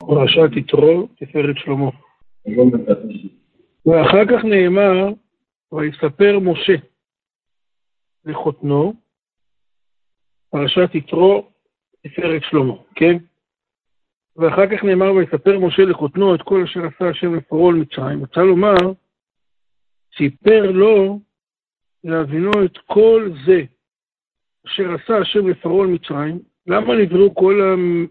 פרשת יתרו, תפארת שלמה. ואחר כך נאמר, ויספר משה לחותנו, פרשת יתרו, תפארת שלמה, כן? ואחר כך נאמר, ויספר משה לחותנו את כל אשר עשה השם לפרעה מצרים. רוצה לומר, סיפר לו להבינו את כל זה אשר עשה השם לפרעה מצרים. למה נבראו כל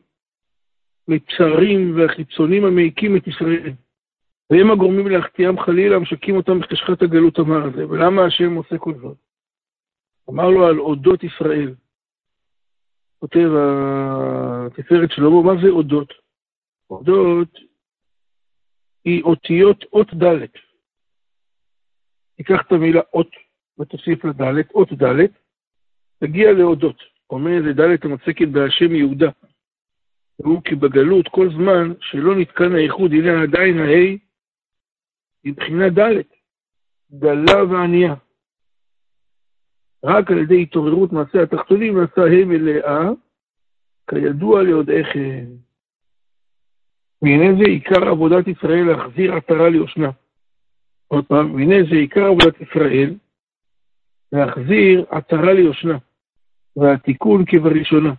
המצרים והחיצונים המעיקים את ישראל? והם הגורמים להחטיאם חלילה, משקים אותם בחשכת הגלות אמר הזה. ולמה השם עושה כל זאת? אמר לו על אודות ישראל. כותב התפארת שלמה, מה זה אודות? אודות היא אותיות אות ד'. תיקח את המילה אות ותוסיף לד', אות ד', תגיע להודות. אומר זה ד' המצקת בהשם יהודה. והוא כי בגלות כל זמן שלא נתקן הייחוד, הנה עדיין ההי מבחינה ד', דלה וענייה. רק על ידי התעוררות מעשה התחתונים נעשה ה' מלאה, כידוע להודעכם. והנה זה עיקר עבודת ישראל להחזיר עטרה ליושנה. עוד פעם, והנה זה עיקר עבודת ישראל להחזיר עטרה ליושנה, והתיקון כבראשונה.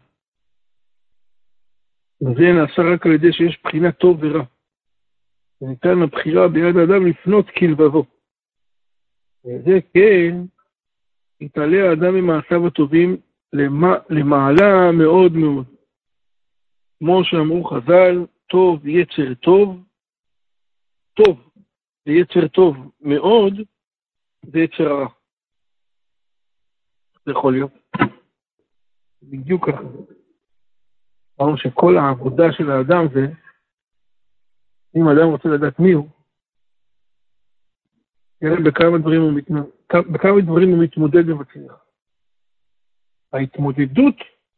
וזה נעשה רק על ידי שיש בחינה טוב ורע. וניתן הבחירה ביד האדם לפנות כלבבו. וזה כן, יתעלה האדם ממעשיו הטובים למעלה מאוד מאוד. כמו שאמרו חז"ל, טוב יצר טוב, טוב ויצר טוב מאוד, זה יצר רע. זה יכול להיות. בדיוק ככה. אמרנו שכל העבודה של האדם זה, אם האדם רוצה לדעת מי הוא, יראה בכמה דברים הוא מתמודד ומצליח. ההתמודדות,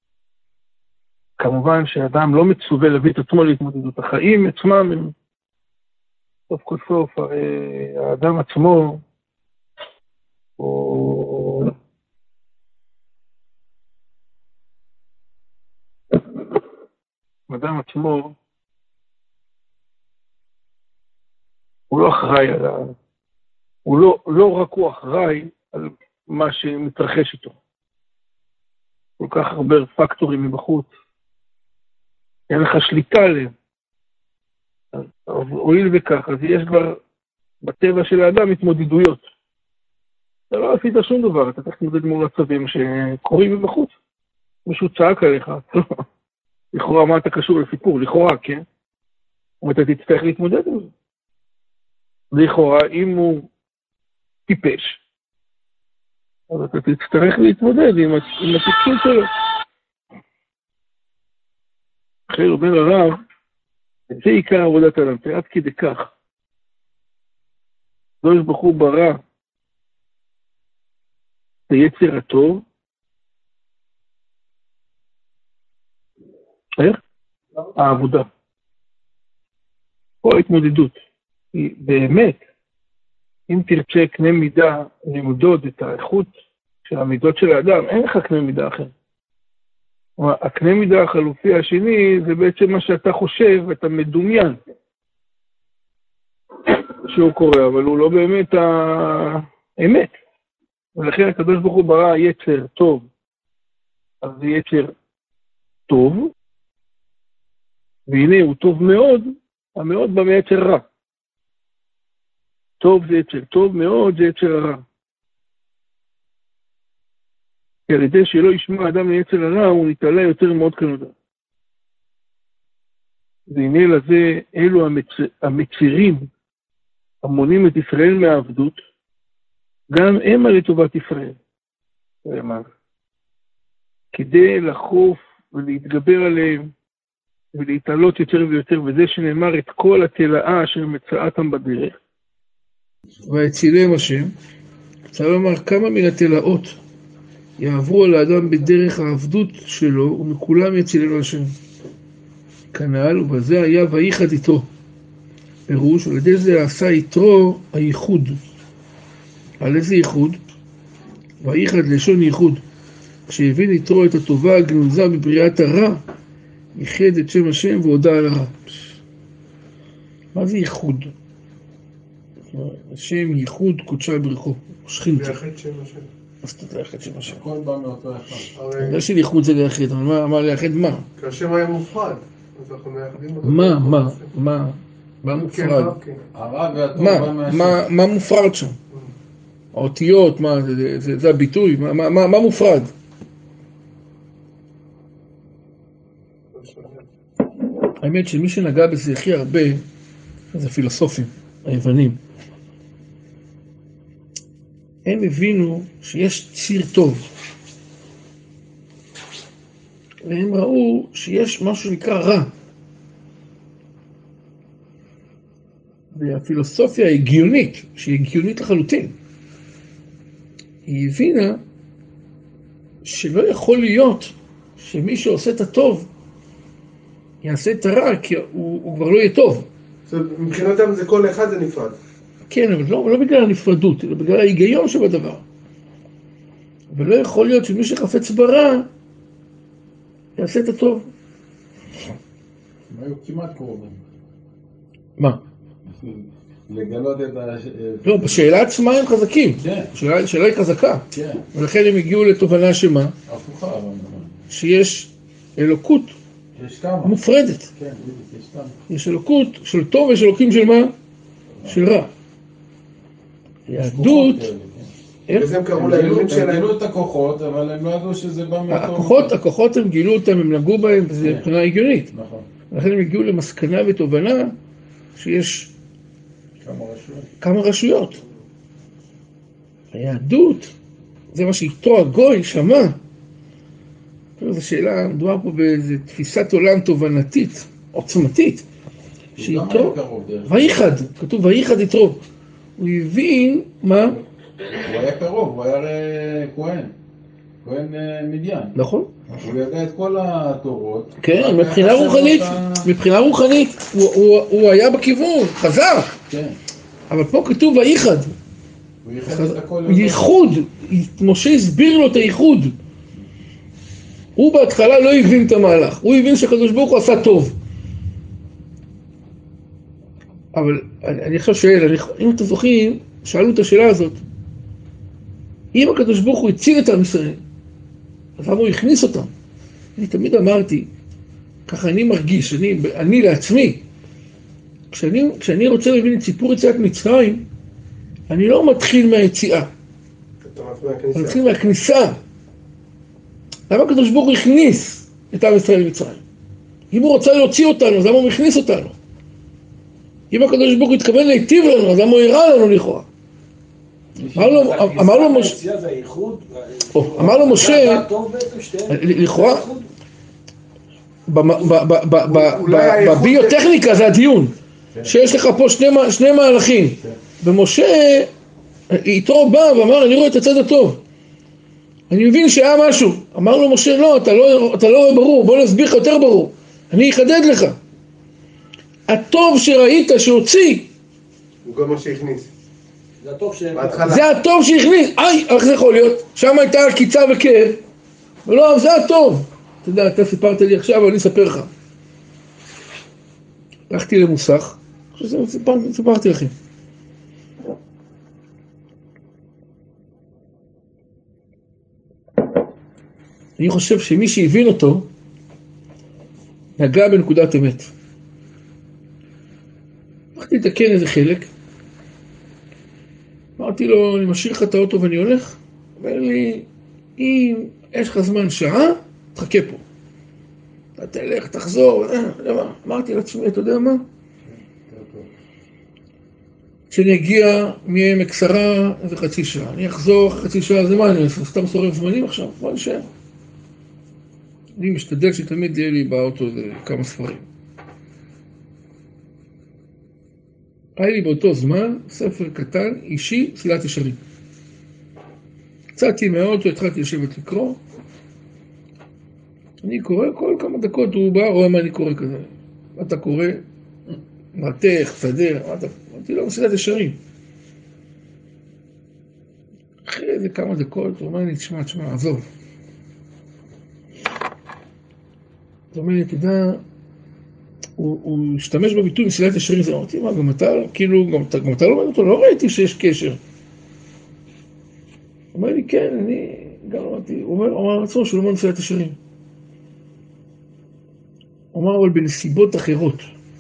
כמובן שהאדם לא מצווה להביא את עצמו להתמודדות. החיים עצמם הם סוף כל סוף, האדם עצמו, האדם עצמו, הוא לא אחראי על לא רק הוא אחראי על מה שמתרחש איתו. כל כך הרבה פקטורים מבחוץ. אין לך שליטה עליהם. אז הועיל וכך, אז יש כבר בטבע של האדם התמודדויות. אתה לא עשית שום דבר, אתה צריך להתמודד מול מצבים שקורים מבחוץ. מישהו צעק עליך, לכאורה מה אתה קשור לסיפור, לכאורה, כן? אתה תצטרך להתמודד עם זה. לכאורה, אם הוא טיפש, אז אתה תצטרך להתמודד עם הטיפשות שלו. אחרי אומר הרב, זה עיקר עבודת האדם, עד כדי כך. הקדוש ברוך הוא ברא את היצר הטוב. איך? העבודה. פה ההתמודדות. היא באמת, אם תרצה קנה מידה למדוד את האיכות של המידות של האדם, אין לך קנה מידה אחר. הקנה מידה החלופי השני זה בעצם מה שאתה חושב, אתה מדומיין שהוא קורה, אבל הוא לא באמת האמת. ולכן הקדוש ברוך הוא ברא יצר טוב, אז זה יצר טוב, והנה הוא טוב מאוד, המאוד בא מיצר רע. טוב זה יצר טוב מאוד, זה יצר הרע. כי על ידי שלא ישמע אדם ליצר הרע, הוא נתעלה יותר מאוד כנודע. והנה לזה, אלו המצרים, המונים את ישראל מהעבדות, גם המה לטובת ישראל. כדי לחוף ולהתגבר עליהם, ולהתעלות יותר ויותר, וזה שנאמר את כל התלאה אשר מצאתם בדרך. והצילם השם, צריך לומר כמה מן התלאות יעברו על האדם בדרך העבדות שלו, ומכולם יצילנו השם. כנ"ל, ובזה היה וייחד איתו. פירוש, על ידי זה עשה יתרו הייחוד. על איזה ייחוד? וייחד לשון ייחוד. כשהבין יתרו את הטובה הגנוזה בבריאת הרע, ייחד את שם השם והודע על הרע. מה זה ייחוד? השם ייחוד קודשי בריחו, שכינתי. זה יחד שם השם. מה זאת אומרת שם השם? הכל בא מאותו אחד. לא של ייחוד זה ליחד, אבל מה ליחד מה? כי השם היה מופרד, אז אנחנו מייחדים אותו. מה מופרד? הרע והטוב בא מהשם. מה מופרד שם? האותיות, זה הביטוי, מה מופרד? האמת שמי שנגע בזה הכי הרבה זה הפילוסופים, היוונים. הם הבינו שיש ציר טוב. והם ראו שיש משהו שנקרא רע. והפילוסופיה ההגיונית, שהיא הגיונית לחלוטין, היא הבינה שלא יכול להיות שמי שעושה את הטוב יעשה את הרע, כי הוא כבר לא יהיה טוב. מבחינתם זה כל אחד זה נפרד. כן, אבל לא בגלל הנפרדות, אלא בגלל ההיגיון שבדבר. ולא יכול להיות שמי שחפץ ברע יעשה את הטוב. הם היו כמעט קרובים. מה? לגלות את לא, בשאלה עצמה הם חזקים. כן. השאלה היא חזקה. כן. ולכן הם הגיעו לתובנה שמה? הפוכה, אבל נכון. שיש אלוקות יש כמה. מופרדת. כן, יש כמה. יש אלוקות של טוב ויש אלוקים של מה? של רע. יהדות... וזה הם קראו לאלוהים שלהם. הם גילו את הכוחות, אבל הם לא ידעו שזה בא מאותו... הכוחות הם גילו אותם, הם נגעו בהם, וזה מבחינה הגיונית. נכון. לכן הם הגיעו למסקנה ותובנה שיש כמה רשויות. היהדות, זה מה שיתרו הגוי שמע. זו שאלה, מדובר פה באיזו תפיסת עולם תובנתית, עוצמתית. שיתרו, וייחד, כתוב וייחד יתרו. הוא הבין מה? הוא היה קרוב, הוא היה כהן מדיין. נכון. הוא ידע את כל התורות. כן, מבחינה רוחנית, הוא היה בכיוון, חזק. כן. אבל פה כתוב וייחד. הוא ייחד את הכל. ייחוד, משה הסביר לו את הייחוד. הוא בהתחלה לא הבין את המהלך, הוא הבין שהקדוש ברוך הוא עשה טוב. אבל אני עכשיו שואל, אם אתם זוכרים, שאלו את השאלה הזאת, אם הקדוש ברוך הוא הציל את עם ישראל, אז למה הוא הכניס אותם? אני תמיד אמרתי, ככה אני מרגיש, אני לעצמי, כשאני רוצה להבין את סיפור יציאת מצרים, אני לא מתחיל מהיציאה, אני מתחיל מהכניסה. למה הקדוש ברוך הוא הכניס את עם ישראל למצרים? אם הוא רוצה להוציא אותנו, אז למה הוא הכניס אותנו? אם הקדוש ברוך הוא התכוון להיטיב לנו, אז למה הוא הראה לנו לכאורה? אמר לו משה, לכאורה, בביוטכניקה זה הדיון, שיש לך פה שני מהלכים, ומשה יתרו בא ואמר, אני רואה את הצד הטוב, אני מבין שהיה משהו. אמר לו משה, לא, אתה לא רואה ברור, בוא נסביר לך יותר ברור, אני אחדד לך. הטוב שראית שהוציא, הוא גם מה שהכניס. זה הטוב שהכניס. איך זה יכול להיות? שם הייתה קיצה וכאב. ולא, זה הטוב. אתה יודע, אתה סיפרת לי עכשיו, אבל אני אספר לך. הלכתי למוסך, סיפרתי לכם. אני חושב שמי שהבין אותו, נגע בנקודת אמת. הלכתי לתקן איזה חלק, אמרתי לו, אני משאיר לך את האוטו ואני הולך. אומר לי, אם יש לך זמן שעה, תחכה פה. אתה תלך, תחזור, אמרתי לעצמי, אתה יודע מה? כשאני אגיע מעמק שרה, איזה חצי שעה. אני אחזור חצי שעה, זה מה אני אעשה? סתם שורף זמנים עכשיו, בוא נשאר. אני משתדל שתמיד יהיה לי באוטו כמה ספרים. היה לי באותו זמן ספר קטן, אישי, מסילת ישרים. יצאתי מהאוטו, התחלתי לשבת לקרוא. אני קורא, כל כמה דקות הוא בא, רואה מה אני קורא כזה. מה אתה קורא? מרתך, סדר, אמרתי לו, מסילת ישרים. אחרי איזה כמה דקות, הוא אומר לי, תשמע, עזוב. הוא אומר לי, תדע, הוא השתמש בביטוי מסילת ישרים, זה אמרתי, מה, גם אתה, כאילו, גם אתה לא אומר אותו, לא ראיתי שיש קשר. הוא אומר לי, כן, אני גם אמרתי, הוא אמר לעצמו שהוא לא אומר מסילת ישרים. הוא אמר, אבל בנסיבות אחרות.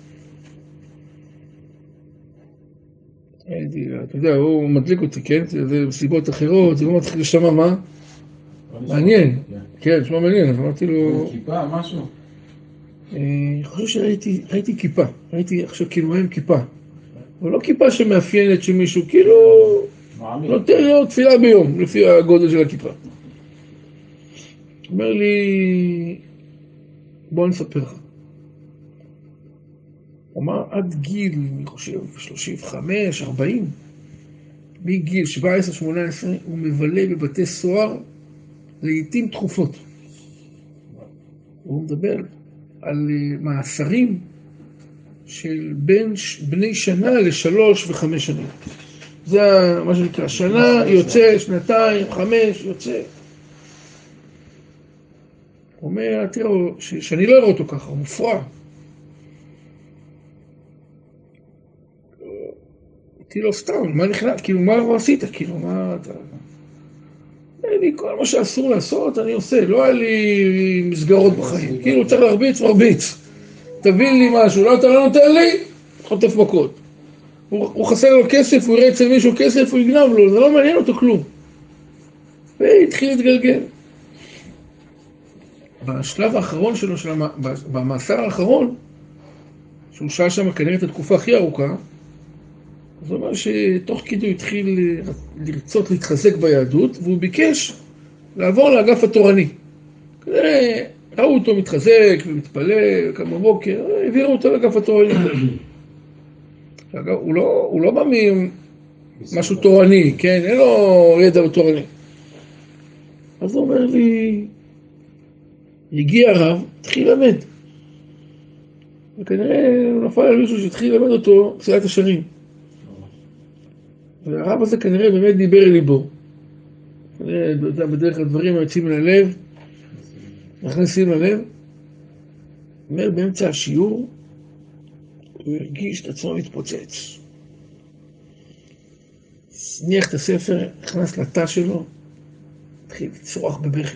אתה יודע, הוא מדליק אותי, כן? זה בנסיבות אחרות, זה לא מתחיל לשמע מה? מעניין. כן, שמע מעניין, אז אמרתי לו... כיפה, משהו? אני חושב שראיתי כיפה, ראיתי עכשיו כאילו מהם כיפה, אבל לא כיפה שמאפיינת שמישהו, כאילו נותן לו תפילה ביום, לפי הגודל של הכיפה. אומר לי, בוא נספר לך. הוא אמר, עד גיל, אני חושב, 35, 40, מגיל 17-18, הוא מבלה בבתי סוהר לעתים תכופות. הוא מדבר על מאסרים של בני שנה ל3 ו5 שנים. זה מה שנקרא, שנה יוצא, 2, 5 יוצא. הוא אומר, תראו, שאני לא אראה אותו ככה, הוא מופרע. אותי לא סתם, מה נכנס? כאילו, מה עשית? כאילו, מה אתה... לי כל מה שאסור לעשות, אני עושה. לא היה לי מסגרות בחיים. כאילו, צריך מרביץ. תביא לי משהו, לא, אתה לא נותן לי, חוטף מכות. הוא חסר לו כסף, הוא יראה אצל מישהו כסף, הוא יגנב לו, זה לא מעניין אותו כלום. והתחיל להתגלגל. בשלב האחרון שלו, במאסר האחרון, שהוא שאל שם כנראה את התקופה הכי ארוכה, זאת אומרת שתוך כדי הוא התחיל לרצות להתחזק ביהדות, והוא ביקש לעבור לאגף התורני. כנראה ראו אותו מתחזק ומתפלל, קם בבוקר, העבירו אותו לאגף התורני. הוא לא בא ממשהו תורני, כן? אין לו ידע בתורני. אז הוא אומר לי, הגיע הרב, התחיל ללמד. וכנראה הוא נפל על מישהו שהתחיל ללמד אותו מסילת ישרים. והרב הזה כנראה באמת דיבר אל ליבו. בדרך הדברים היוצאים מן הלב, נכנסים ללב. אומר, באמצע השיעור, הוא הרגיש את עצמו מתפוצץ. סניח את הספר, נכנס לתא שלו, התחיל לצרוח בבכי.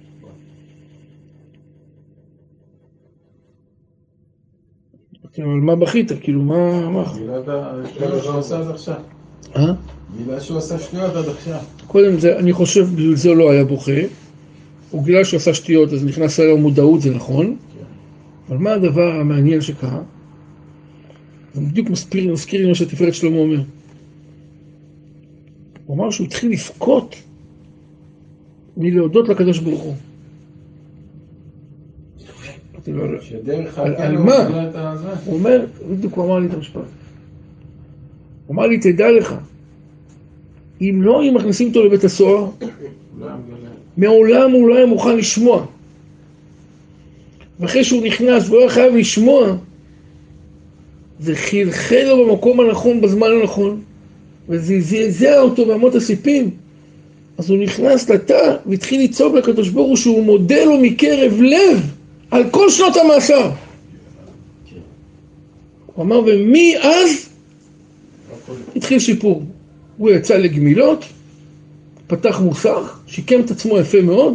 אבל מה בכית? כאילו, מה? בגלל שהוא עשה עד עכשיו. בגלל שהוא עשה שטויות עד עכשיו. קודם זה, אני חושב, בגלל זה לא היה בוכה. הוא גילה שהוא עשה שטויות, אז נכנס עליו מודעות, זה נכון. אבל מה הדבר המעניין שקרה? זה בדיוק מזכיר לי מה שתפארת שלמה אומר. הוא אמר שהוא התחיל לבכות מלהודות לקדוש ברוך הוא. על מה? הוא אומר, בדיוק הוא אמר לי את המשפט. הוא אמר לי, תדע לך, אם לא היו מכניסים אותו לבית הסוהר, מעולם הוא לא היה מוכן לשמוע. ואחרי שהוא נכנס והוא היה חייב לשמוע, זה חלחל לו במקום הנכון בזמן הנכון, וזה זעזע אותו באמות הסיפים. אז הוא נכנס לתא והתחיל לצעוק לקדוש ברוך הוא שהוא מודה לו מקרב לב על כל שנות המאסר. הוא אמר, ומאז התחיל שיפור. הוא יצא לגמילות, פתח מוסך, שיקם את עצמו יפה מאוד,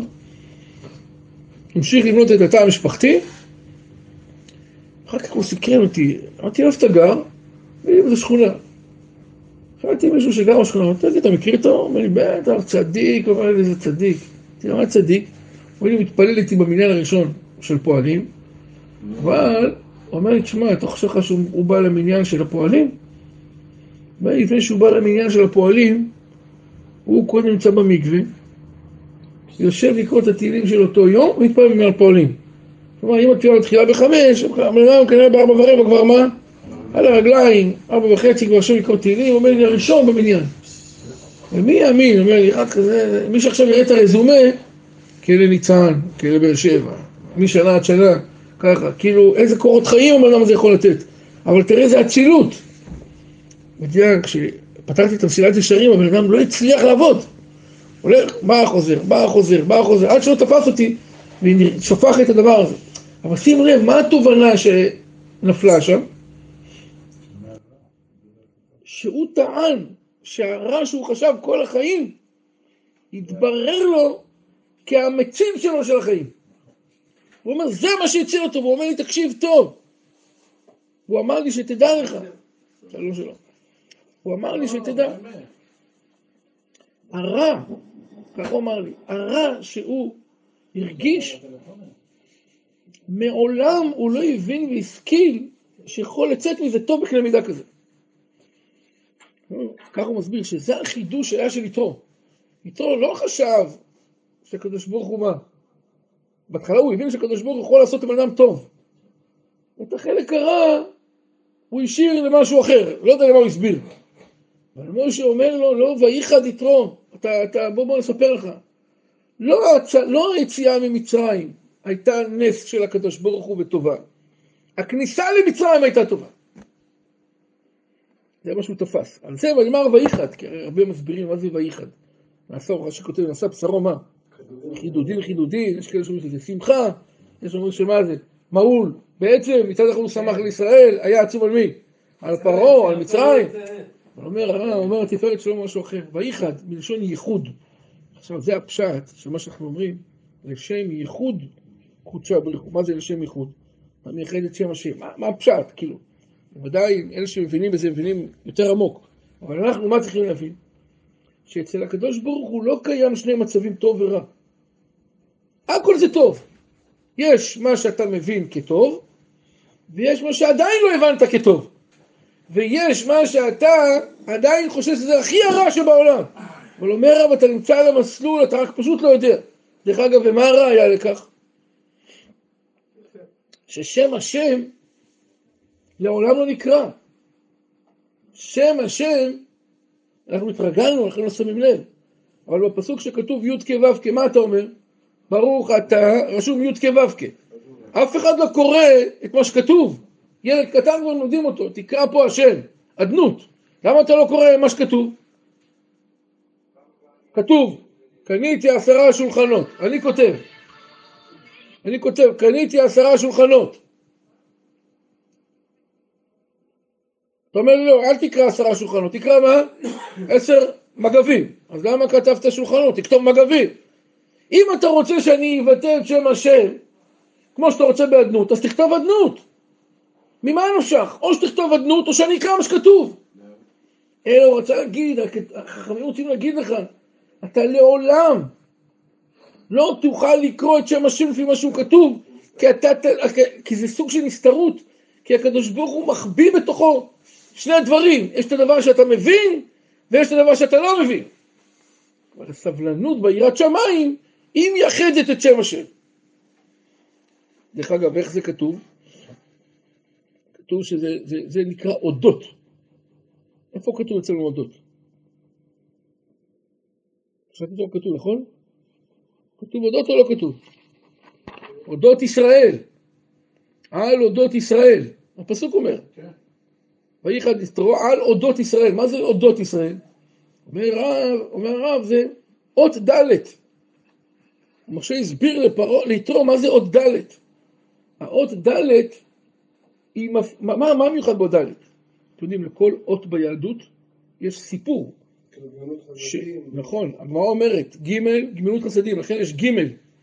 המשיך לבנות את התא המשפחתי, אחר כך הוא סקרן אותי, אמרתי, איפה אתה גר? באיזו שכונה. שאלתי מישהו שגר בשכונה, אמרתי, אתה מכיר אותו? הוא אומר לי, בטח, צדיק, הוא אומר לי, זה צדיק. אמרתי, מה צדיק? הוא אומר לי, מתפלל איתי במניין הראשון של פועלים, אבל הוא אומר לי, תשמע, אתה חושב לך שהוא בא למניין של הפועלים? לפני שהוא בא למניין של הפועלים, הוא קודם נמצא במקווה, יושב לקרוא את התהילים של אותו יום, ומתפלל במניין הפועלים. כלומר, אם התפילה מתחילה ב5, כנראה ב4:15 כבר מה? על הרגליים, 4:30 כבר עכשיו לקרוא תהילים, הוא אומר לי, הראשון במניין. ומי יאמין? הוא אומר לי, רק כזה, מי שעכשיו יראה את הרזומה, כאלה ניצן, כאלה באר שבע, משנה עד שנה, ככה, כאילו, איזה קורות חיים אומר למה זה יכול לתת. אבל תראה, זה אצילות. ותראה, כשפתחתי את מסילת ישרים, הבן אדם לא הצליח לעבוד. הולך, בא חוזר, עד שלא תפס אותי, ושופח את הדבר הזה. אבל שים לב, מה התובנה נפלה שם, שהוא טען שהרע שהוא חשב כל החיים, התברר לו כהמציל שלו של החיים. הוא אומר, זה מה שהציל אותו, והוא אומר לי, תקשיב טוב. הוא אמר לי שתדע לך. שלום שלום. הוא אמר לי שתדע. הרע, כך הוא אמר לי, הרע שהוא הרגיש, מעולם הוא לא הבין והשכיל שיכול לצאת מזה טוב בקנה מידה כזה. כך הוא מסביר שזה החידוש שהיה של יתרו. יתרו לא חשב שהקדוש ברוך הוא מה? בהתחלה הוא הבין שהקדוש ברוך הוא יכול לעשות לבן אדם טוב. את החלק הרע הוא השאיר למשהו אחר, לא יודע למה הוא הסביר. אבל משה אומר לו, לא, וייחד יתרו, בוא נספר לך. לא היציאה ממצרים הייתה נס של הקדוש ברוך הוא וטובה. הכניסה למצרים הייתה טובה. זה מה שהוא תפס. על זה ואמר וייחד, כי הרבה מסבירים מה זה וייחד. נעשה אורך שכותב, נעשה בשרו מה? חידודים, יש כאלה שאומרים שזה שמחה, יש שאומרים שמה זה? מעול. בעצם מצד אחד הוא שמח לישראל, היה עצוב על מי? על פרעה, על מצרים. הוא אומר, התפארת שלו משהו אחר. וייחד, מלשון ייחוד. עכשיו זה הפשט של מה שאנחנו אומרים, לשם ייחוד קודשה בריחו. מה זה לשם ייחוד? מה מייחד את שם השם? מה הפשט? כאילו, בוודאי אלה שמבינים בזה מבינים יותר עמוק. אבל אנחנו מה צריכים להבין? שאצל הקדוש ברוך הוא לא קיים שני מצבים טוב ורע. הכל זה טוב. יש מה שאתה מבין כטוב, ויש מה שעדיין לא הבנת כטוב. ויש מה שאתה עדיין חושב שזה הכי הרע שבעולם. אבל אומר רב, אתה נמצא על המסלול, אתה רק פשוט לא יודע. דרך אגב, ומה הראיה לכך? ששם השם לעולם לא נקרא. שם השם, אנחנו התרגלנו, אנחנו לא שמים לב. אבל בפסוק שכתוב י' כו' כ', מה אתה אומר? ברוך אתה, רשום י' כו' כ'. אף אחד לא קורא את מה שכתוב. ילד קטן כבר לומדים אותו, תקרא פה השם, אדנות. למה אתה לא קורא מה שכתוב? כתוב, קניתי 10 שולחנות. אני כותב, קניתי 10 שולחנות. אתה אומר לי, לא, אל תקרא 10 שולחנות, תקרא מה? 10 מגבים. אז למה כתבת שולחנות? תכתוב מגבים. אם אתה רוצה שאני אבטא את שם השם, כמו שאתה רוצה באדנות, אז תכתוב אדנות. ממה נושך? או שתכתוב אדנות, או שאני אקרא מה שכתוב. אלא הוא רצה להגיד, החכמים רוצים להגיד לך, אתה לעולם לא תוכל לקרוא את שם השם לפי מה שהוא כתוב, כי זה סוג של נסתרות, כי הקדוש ברוך הוא מחביא בתוכו שני דברים. יש את הדבר שאתה מבין, ויש את הדבר שאתה לא מבין. אבל הסבלנות ביראת שמיים, היא מייחדת את שם השם. דרך אגב, איך זה כתוב? כתוב שזה נקרא אודות. איפה כתוב אצלנו אודות? עכשיו כתוב, נכון? כתוב אודות או לא כתוב? אודות ישראל. על אודות ישראל. הפסוק אומר. וייחד יתרו על אודות ישראל. מה זה אודות ישראל? אומר הרב, זה אות ד'. משה הסביר ליתרו מה זה אות ד'. האות ד' היא מה מיוחד באות ד'? אתם יודעים, לכל אות ביהדות יש סיפור. נכון, הגמרא אומרת, גמילות חסדים, לכן יש ג'.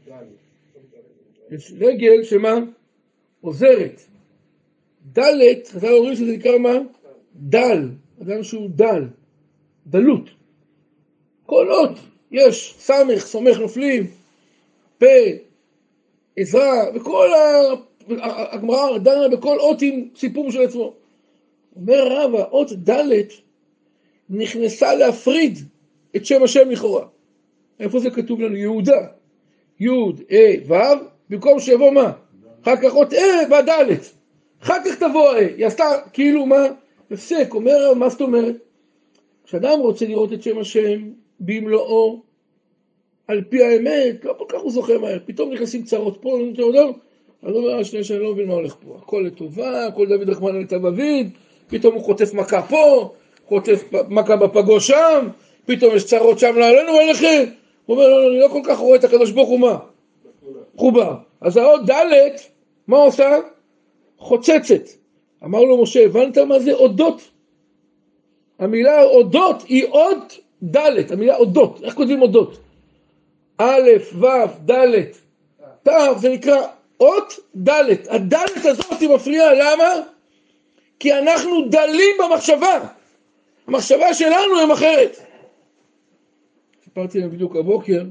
יש רגל שמה? עוזרת. ד', חז"ל אומרים שזה נקרא מה? דל, אדם שהוא דל, דלות. כל אות, יש סמך, סומך נופלים, פה, עזרה, וכל הגמרא דנה בכל אות עם סיפור של עצמו. אומר הרב, האות ד' נכנסה להפריד את שם השם לכאורה. איפה זה כתוב לנו? יהודה. י' ו' במקום שיבוא מה? אחר כך אות והד'. אחר כך תבוא היא עשתה כאילו מה? הפסק. אומר הרב, מה זאת אומרת? כשאדם רוצה לראות את שם השם במלואו, על פי האמת, לא כל כך הוא זוכה מהר. פתאום נכנסים צרות פה, אני אומר, שאני לא מבין מה הולך פה. הכל לטובה, הכל דוד רחמנא ליטב אביד, פתאום הוא חוטף מכה פה, חוטף מכה בפגוש שם, פתאום יש צרות שם לעלינו ועליכם. הוא אומר, לא, אני לא כל כך רואה את הקדוש ברוך הוא מה? חובר. אז האות ד' מה עושה? חוצצת. אמר לו משה, הבנת מה זה אודות? המילה אודות היא אות ד', המילה אודות. איך כותבים אודות? א', ו', ד', ת', זה נקרא אות ד'. הד' הזאת היא מפריעה, למה? כי אנחנו דלים במחשבה. המחשבה שלנו היא אחרת. סיפרתי להם בדיוק הבוקר,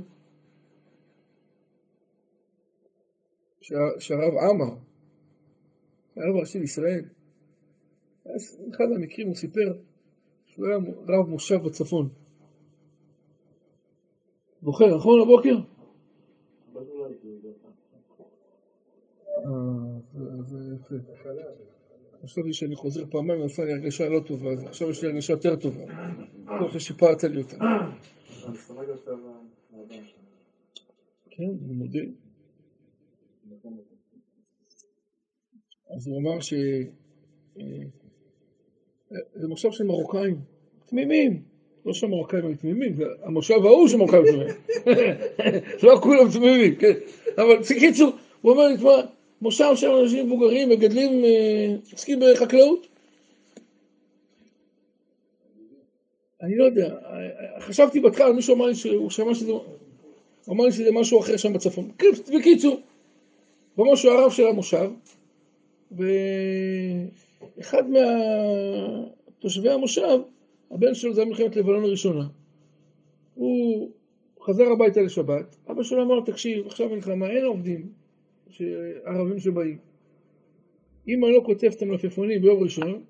שהרב עמר, הרב הראשי לישראל, אחד המקרים הוא סיפר שהוא היה רב מושב בצפון. זוכר, נכון הבוקר? זה יפה. חשבתי שאני חוזר פעמיים, עשה לי הרגשה לא טובה, אז עכשיו יש לי הרגשה יותר טובה. כל ששיפרת לי אותה. כן, אני מודה. אז הוא אמר זה מושב של מרוקאים, תמימים. לא שהמרוקאים הם תמימים, זה המושב ההוא שמרוקאים תמימים. לא כולם תמימים, כן. אבל קיצור, הוא אומר לי, תשמע, מושב של אנשים מבוגרים מגדלים, עוסקים בחקלאות. אני לא יודע, חשבתי בהתחלה, מישהו אמר לי שהוא שמע שזה, הוא אמר לי שזה משהו אחר שם בצפון. בקיצור, במשהו הרב של המושב, ואחד מהתושבי המושב, הבן שלו זה מלחמת לבנון הראשונה. הוא חזר הביתה לשבת, אבא שלו אמר, תקשיב, עכשיו מלחמה, אין עובדים, ערבים שבאים. אם אני לא כותב את המלפפונים ביום ראשון,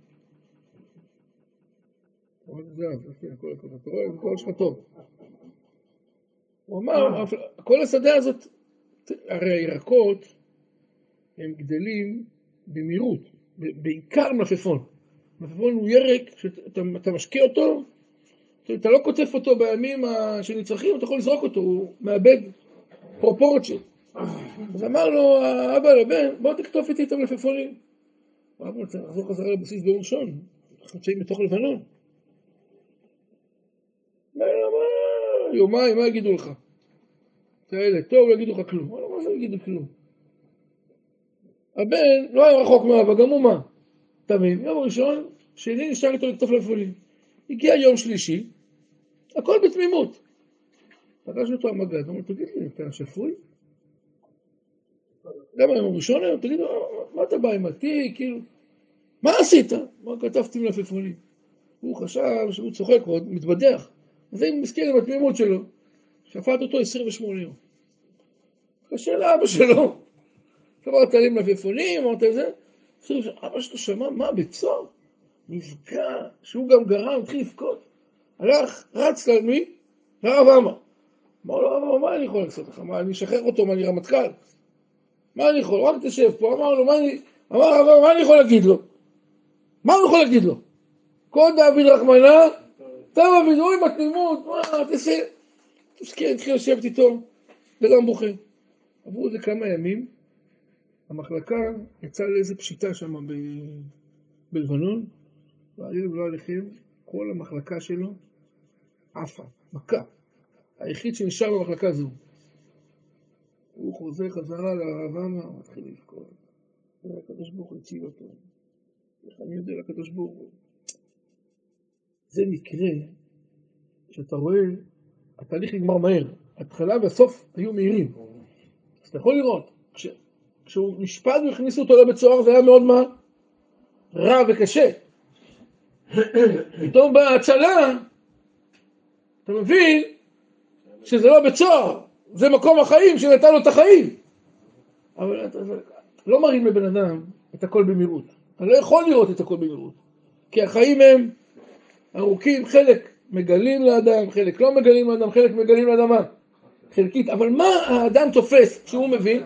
אתה רואה, זה כל שלך טוב. הוא אמר, כל השדה הזאת, הרי הירקות, הם גדלים במהירות, בעיקר מלפפון. מלפפון הוא ירק, שאתה משקיע אותו, אתה לא כותב אותו בימים שנצרכים, אתה יכול לזרוק אותו, הוא מאבד פרופורציות. אז אמר לו, האבא לבן, בוא תכתוב איתי את המלפפונים. אבא, צריך לחזור חזרה לבסיס ביום ראשון, אנחנו נמצאים מתוך לבנון. יומיים, מה יגידו לך? כאלה, טוב, לא יגידו לך כלום. מה זה יגידו כלום? הבן לא היה רחוק מאבא, גם הוא מה? תמים, יום ראשון, שני נשאר איתו לכתוב מלפפונים. הגיע יום שלישי, הכל בתמימות. פגשנו אותו המגד, אמר, תגיד לי, אתה שפוי? גם היום ראשון היום, תגיד, מה אתה בא עם התיק, כאילו, מה עשית? מה כתבתי מלפפונים? הוא חשב שהוא צוחק, הוא עוד מתבדח. אז זה מסכן עם התמימות שלו. שפט אותו 28 יום. קשה לאבא שלו. אמרת לי מלפפונים, אמרת זה. אבא שלו שמע, מה, בצור? נפגע, שהוא גם גרם, התחיל לבכות. הלך, רץ למי? לרב עמר. אמר לו, אבא, מה אני יכול לעשות לך? מה, אני אשחרר אותו, מה, אני רמטכ"ל? מה אני יכול? רק תשב פה. אמר לו, מה אני יכול להגיד לו? מה אני יכול להגיד לו? כל דוד רחמנה, דוד, אוי בתמימות, מה, תעשה? תזכיר, התחיל לשבת איתו, וגם בוכה. עברו איזה כמה ימים, המחלקה יצאה לאיזה פשיטה שם בלבנון, ועלינו לא עליכם, כל המחלקה שלו עפה, מכה. היחיד שנשאר במחלקה זו. הוא חוזר חזרה לרב עמר, מתחיל לבכות. הקדוש ברוך הוא הציל אותו. איך אני יודע לקדוש ברוך הוא? זה מקרה שאתה רואה, התהליך נגמר מהר. התחלה והסוף היו מהירים. אז אתה יכול לראות, כשהוא נשפט והכניסו אותו לבית סוהר, זה היה מאוד מה? רע וקשה. פתאום בהצלה, אתה מבין שזה לא בית סוהר, זה מקום החיים שנתן לו את החיים. אבל אתה לא מראים לבן אדם את הכל במהירות. אתה לא יכול לראות את הכל במהירות. כי החיים הם ארוכים, חלק מגלים לאדם, חלק לא מגלים לאדם, חלק מגלים לאדמה. חלקית. אבל מה האדם תופס כשהוא מבין?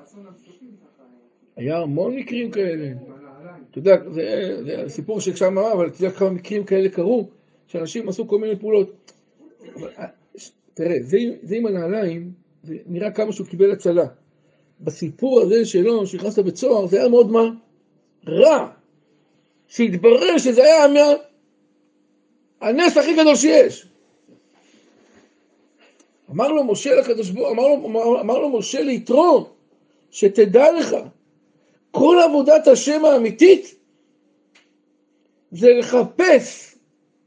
היה המון מקרים כאלה. אתה יודע, זה הסיפור ששם אמר, אבל אתה יודע כמה מקרים כאלה קרו, שאנשים עשו כל מיני פעולות. תראה, זה עם הנעליים, זה נראה כמה שהוא קיבל הצלה. בסיפור הזה שלו, שנכנס לבית סוהר, זה היה מאוד מה? רע. שהתברר שזה היה הנס הכי גדול שיש. אמר לו משה לקדוש ברוך הוא, אמר לו משה ליתרו, שתדע לך, כל עבודת השם האמיתית, זה לחפש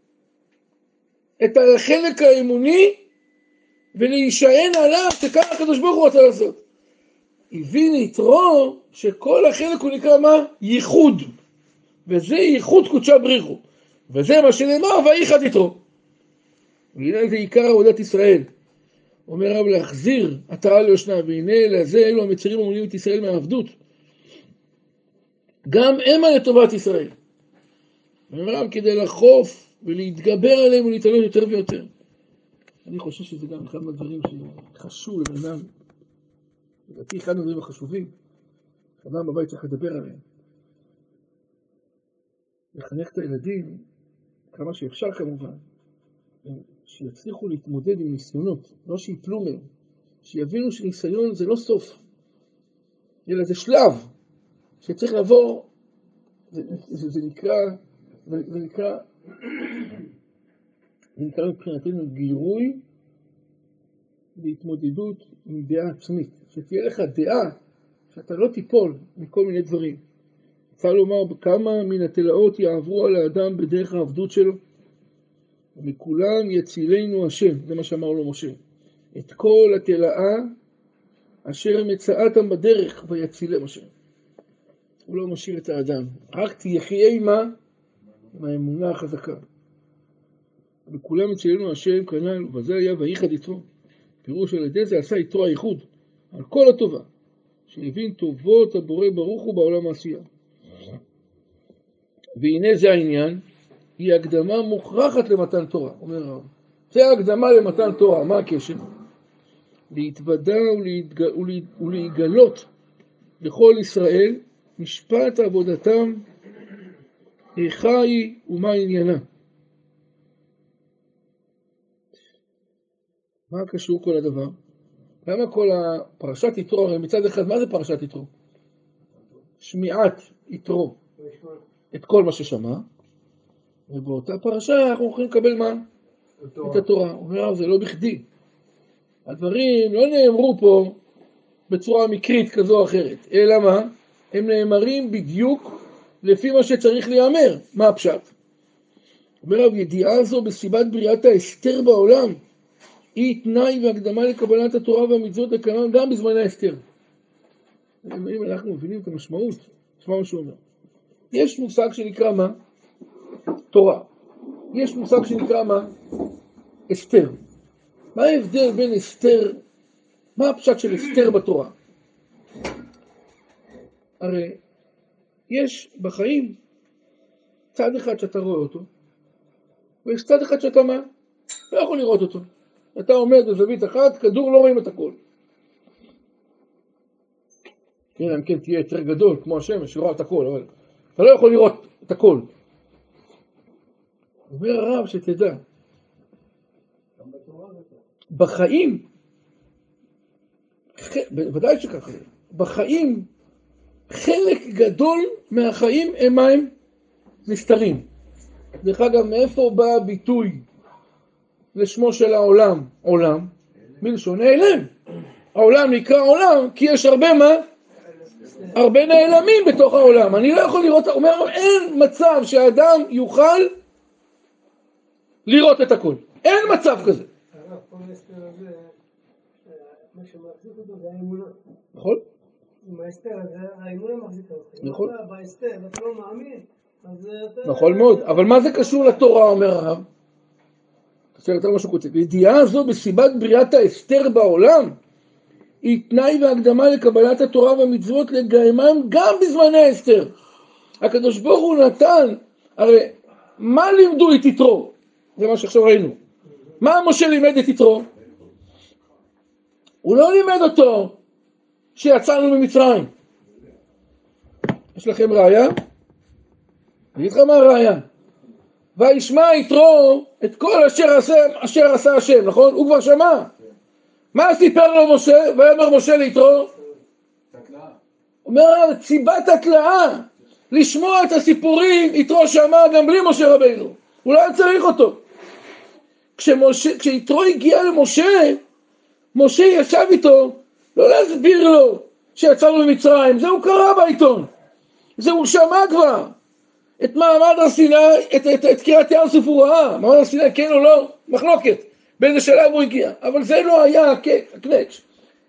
את החלק האמוני ולהישען עליו שכמה הקדוש ברוך הוא רוצה לעשות. הבין יתרו שכל החלק הוא נקרא מה? ייחוד. וזה ייחוד קודשה בריחו. וזה מה שנאמר, וייחד יתרו. והנה זה עיקר עבודת ישראל. אומר רב להחזיר עטרה ליושנה, והנה לזה אלו המצרים המונים את ישראל מהעבדות. גם המה לטובת ישראל. אומר רב כדי לחוף ולהתגבר עליהם ולהתעלות יותר ויותר. אני חושב שזה גם אחד מהדברים שחשוב לבנם. לדעתי אחד מהדברים החשובים. אדם בבית צריך לדבר עליהם. לחנך את הילדים כמה שאפשר כמובן. שיצליחו להתמודד עם ניסיונות, לא שיפלו מהם, שיבינו שניסיון זה לא סוף, אלא זה שלב שצריך לעבור, זה נקרא מבחינתנו גירוי להתמודדות עם דעה עצמית, שתהיה לך דעה שאתה לא תיפול מכל מיני דברים. אפשר לומר כמה מן התלאות יעברו על האדם בדרך העבדות שלו, ומכולם יצילנו השם, זה מה שאמר לו משה. את כל התלאה אשר מצאתם בדרך ויצילם השם. הוא לא משאיר את האדם, רק תחיה עמה עם האמונה החזקה. וכולם יצילנו השם כנ"ל, וזה היה וייחד יתרו. פירוש על ידי זה עשה יתרו הייחוד, על כל הטובה, שהבין טובות הבורא ברוך הוא בעולם העשייה. והנה זה העניין, היא הקדמה מוכרחת למתן תורה, אומר הרב. זה הקדמה למתן תורה, מה הקשר? להתוודע ולהיגלות לכל ישראל, משפט עבודתם, איכה היא ומה עניינה. מה קשור כל הדבר? למה כל הפרשת יתרו, הרי מצד אחד, מה זה פרשת יתרו? שמיעת יתרו, את כל מה ששמע, ובאותה פרשה אנחנו יכולים לקבל מה? את התורה. הוא אומר, זה לא בכדי. הדברים לא נאמרו פה בצורה מקרית כזו או אחרת, אלא מה? הם נאמרים בדיוק לפי מה שצריך להיאמר. מה הפשט? הוא אומר, הידיעה הזו בסיבת בריאת האסתר בעולם, היא תנאי והקדמה לקבלת התורה והמצוות לקיים גם בזמן האסתר. אם אנחנו מבינים את המשמעות, תשמע מה שהוא אומר. יש מושג שנקרא מה? תורה. יש מושג שנקרא מה? אסתר. מה ההבדל בין אסתר? מה הפשט של אסתר בתורה? הרי יש בחיים צד אחד שאתה רואה אותו, ויש צד אחד שאתה מה? לא יכול לראות אותו. אתה עומד בזווית אחת, כדור לא רואים את הכל. כן, אם כן תהיה יותר גדול כמו השמש, שרואה את הכל, אבל אתה לא יכול לראות את הכל. אומר הרב שתדע, בחיים, ודאי שככה, בחיים, חלק גדול מהחיים הם מים נסתרים. דרך אגב, מאיפה בא הביטוי לשמו של העולם? עולם, מלשון נעלם. העולם נקרא עולם כי יש הרבה מה? הרבה נעלמים בתוך העולם. אני לא יכול לראות, אומר, אין מצב שהאדם יוכל לראות את הכל. אין מצב כזה. הרב, כל ההסתר הזה, מה שמחזיק אותו זה האמונה. נכון? עם ההסתר הזה, האמונה מחזיקה אותך. נכון. אם אתה בהסתר ואתה לא מאמין, אז אתה... נכון מאוד. אבל מה זה קשור לתורה, אומר הרב? תעשה יותר משהו קוצת. הידיעה הזו בסיבת בריאת האסתר בעולם, היא תנאי והקדמה לקבלת התורה והמצוות לגיימם גם בזמני האסתר. הקדוש ברוך הוא נתן, הרי מה לימדו את יתרו? זה מה שעכשיו ראינו. מה משה לימד את יתרו? הוא לא לימד אותו שיצאנו ממצרים. יש לכם ראיה? אני אגיד לך מה הראיה. וישמע יתרו את כל אשר עשה השם, נכון? הוא כבר שמע. מה סיפר לו משה? ויאמר משה ליתרו? אומר, ציבת התלאה. לשמוע את הסיפורים, יתרו שמע גם בלי משה רבינו. הוא לא היה צריך אותו. כשיתרו הגיע למשה, משה ישב איתו, לא להסביר לו שיצאנו ממצרים. זה הוא קרא בעיתון. זה הוא שמע כבר. את מעמד הר סיני, את קריעת ים סוף הוא ראה, מעמד הר סיני כן או לא, מחלוקת, באיזה שלב הוא הגיע, אבל זה לא היה הקנץ'.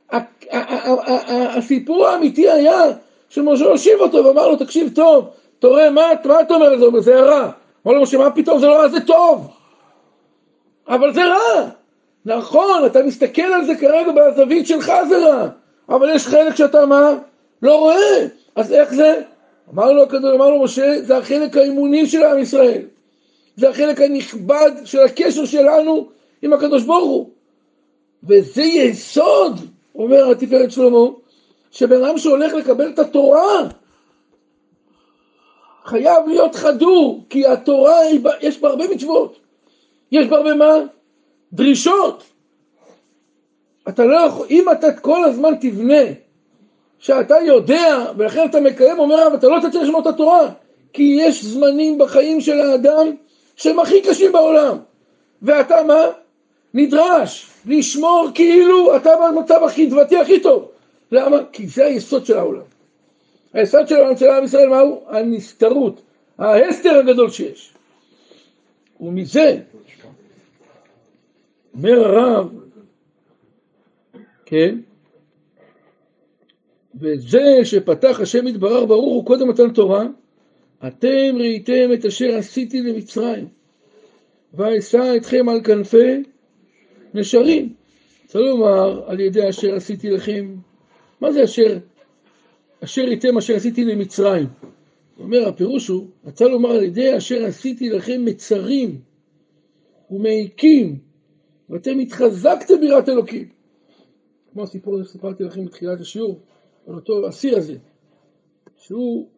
הסיפור האמיתי היה שמשה הושיב אותו ואמר לו, תקשיב טוב, תראה מה אתה אומר על זה? הוא אומר, זה רע. אמר לו משה, מה פתאום, זה לא רע, זה טוב, אבל זה רע. נכון, אתה מסתכל על זה כרגע בזווית שלך, זה רע, אבל יש חלק שאתה מה? לא רואה. אז איך זה? אמר לו משה, זה החלק האימוני של עם ישראל, זה החלק הנכבד של הקשר שלנו עם הקדוש ברוך הוא, וזה יסוד, אומר התפארת שלמה, שבן אדם שהולך לקבל את התורה חייב להיות חדור, כי התורה יש בה הרבה מצוות, יש בה הרבה מה? דרישות. אתה לא יכול, אם אתה כל הזמן תבנה שאתה יודע ולכן אתה מקיים, אומר אבל אתה לא תצטרך לשמור את התורה, כי יש זמנים בחיים של האדם שהם הכי קשים בעולם, ואתה מה? נדרש לשמור כאילו אתה במצב הכי דבתי הכי טוב. למה? כי זה היסוד של העולם. היסוד של העולם של עם ישראל מהו? הנסתרות, ההסתר הגדול שיש. ומזה אומר הרב, כן, וזה שפתח השם יתברך ברוך הוא קודם מתן תורה, אתם ראיתם את אשר עשיתי למצרים ואשא אתכם על כנפי נשרים. צריך לומר על ידי אשר עשיתי לכם, מה זה אשר ראיתם אשר עשיתי למצרים? אומר הפירוש הוא, רצה לומר על ידי אשר עשיתי לכם מצרים ומעיקים ואתם התחזקתם ביראת אלוקים, כמו הסיפור הזה שסיפרתי לכם בתחילת השיעור על אותו אסיר הזה, שהוא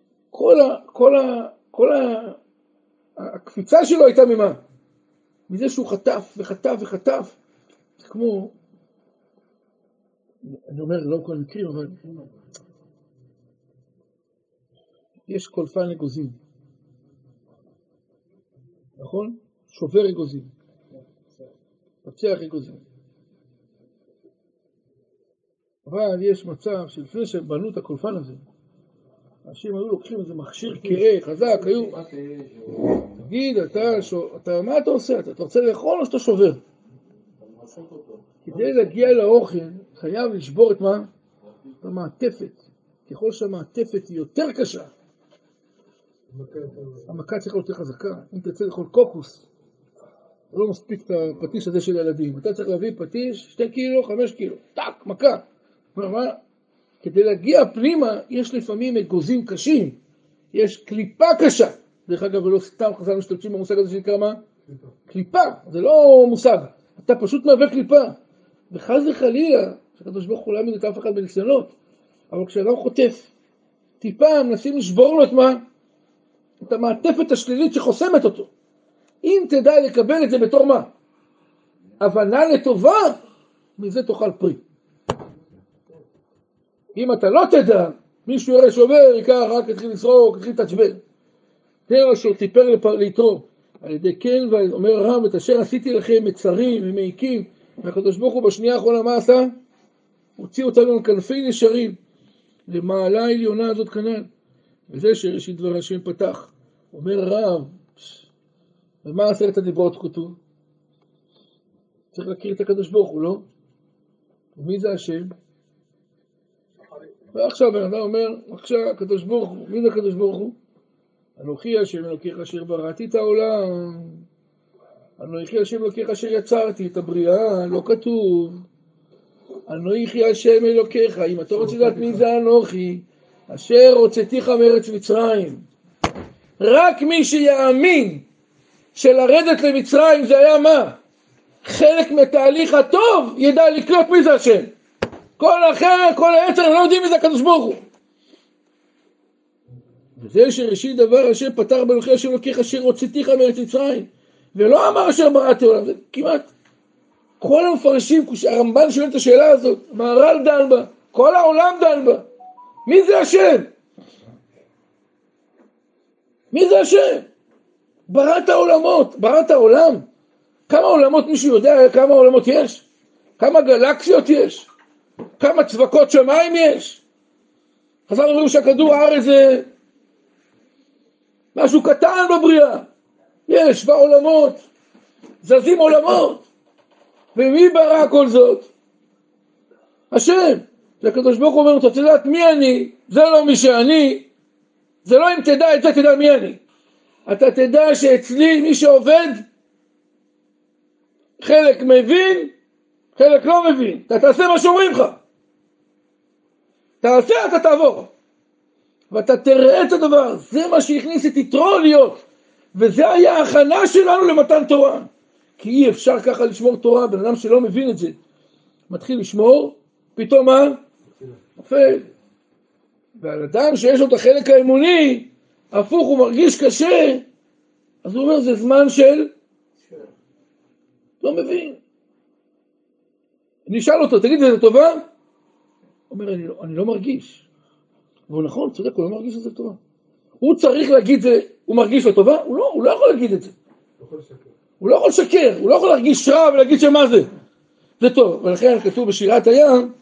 כל הקפיצה שלו הייתה ממה? מזה שהוא חטף וחטף וחטף. זה כמו, אני אומר לא כל מקרים, אבל יש קולפן אגוזים, נכון? שובר אגוזים, פצח אגוזים. אבל יש מצב שלפני שהם בנו את הקולפן הזה, אנשים היו לוקחים איזה מכשיר קרה, חזק, היו, תגיד, אתה מה אתה עושה? אתה רוצה לאכול או שאתה שובר? כדי להגיע לאוכל, חייב לשבור את מה? את המעטפת. ככל שהמעטפת היא יותר קשה, המכה צריך להיות יותר חזקה. אם תצא לאכול קוקוס, זה לא מספיק את הפטיש הזה של ילדים. אתה צריך להביא פטיש 2 קילו, 5 קילו, טק, מכה. מה? כדי להגיע פנימה, יש לפעמים אגוזים קשים, יש קליפה קשה. דרך אגב, ולא סתם חז"ל משתמשים במושג הזה שנקרא מה? קליפה, זה לא מושג. אתה פשוט מהווה קליפה. וחס וחלילה, שהקדוש ברוך הוא לא יעמיד את אף אחד בניסיונות, אבל כשאדם חוטף, טיפה מנסים לשבור לו את מה? את המעטפת השלילית שחוסמת אותו. אם תדע לקבל את זה בתור מה? הבנה לטובה, מזה תאכל פרי. אם אתה לא תדע, מישהו יראה שובר, ייקח, רק התחיל לסרוק, התחיל לתעצבן. תראה שהוא טיפר ליתרו. על ידי כן, ואומר הרב, את אשר עשיתי לכם מצרים ומעיקים, והקדוש ברוך הוא בשנייה האחרונה מה עשה? הוציא אותנו על כנפי נשרים, למעלה העליונה הזאת כנ"ל. וזה שראשית דבר השם פתח. אומר הרב, ומה 10 הדיברות כתוב? צריך להכיר את הקדוש ברוך הוא, לא? ומי זה השם? ועכשיו בן אדם אומר, עכשיו הקדוש ברוך הוא, מי זה הקדוש ברוך הוא? אנוכי השם אלוקיך אשר בראתי את העולם, אנוכי השם אלוקיך אשר יצרתי את הבריאה, לא כתוב. אנוכי השם אלוקיך, אם אתה רוצה לדעת מי זה אנוכי, אשר הוצאתיך מארץ מצרים. רק מי שיאמין שלרדת למצרים זה היה מה? חלק מתהליך הטוב, ידע לקלוט מי זה השם. כל אחר, כל היצר, הם לא יודעים מי זה הקדוש ברוך הוא. וזה שראשית דבר אשר פתח באנוכי השם אלוקיך אשר הוצאתיך מארץ מצרים, ולא אמר אשר בראתי עולם. זה כמעט כל המפרשים, הרמב"ן שואל את השאלה הזאת, מהר"ל דן בה, כל העולם דן בה. מי זה השם? מי זה השם? בראת העולמות, בראת העולם. כמה עולמות מישהו יודע כמה עולמות יש? כמה גלקסיות יש? כמה צבקות שמיים יש? חז"ל אומרים שהכדור הארץ זה משהו קטן בבריאה. יש בעולמות, זזים עולמות. ומי ברא כל זאת? השם. והקדוש ברוך הוא אומר, אתה תדעת מי אני, זה לא מי שאני, זה לא אם תדע את זה, תדע מי אני. אתה תדע שאצלי מי שעובד, חלק מבין, חלק לא מבין. אתה תעשה מה שאומרים לך. תעשה, אתה תעבור. ואתה תראה את הדבר. זה מה שהכניס את יתרו להיות. וזה היה ההכנה שלנו למתן תורה. כי אי אפשר ככה לשמור תורה, בן אדם שלא מבין את זה. מתחיל לשמור, פתאום מה? נופל. ועל אדם שיש לו את החלק האמוני, הפוך הוא מרגיש קשה, אז הוא אומר זה זמן של... לא מבין. אני אשאל אותו, תגיד זה טובה? הוא אומר אני לא מרגיש. והוא נכון, צודק, הוא לא מרגיש את זה טובה. הוא צריך להגיד זה, הוא מרגיש לו טובה? הוא לא יכול להגיד את זה. הוא לא יכול לשקר, הוא לא יכול להרגיש רע ולהגיד שמה זה. זה טוב, ולכן כתוב בשירת הים,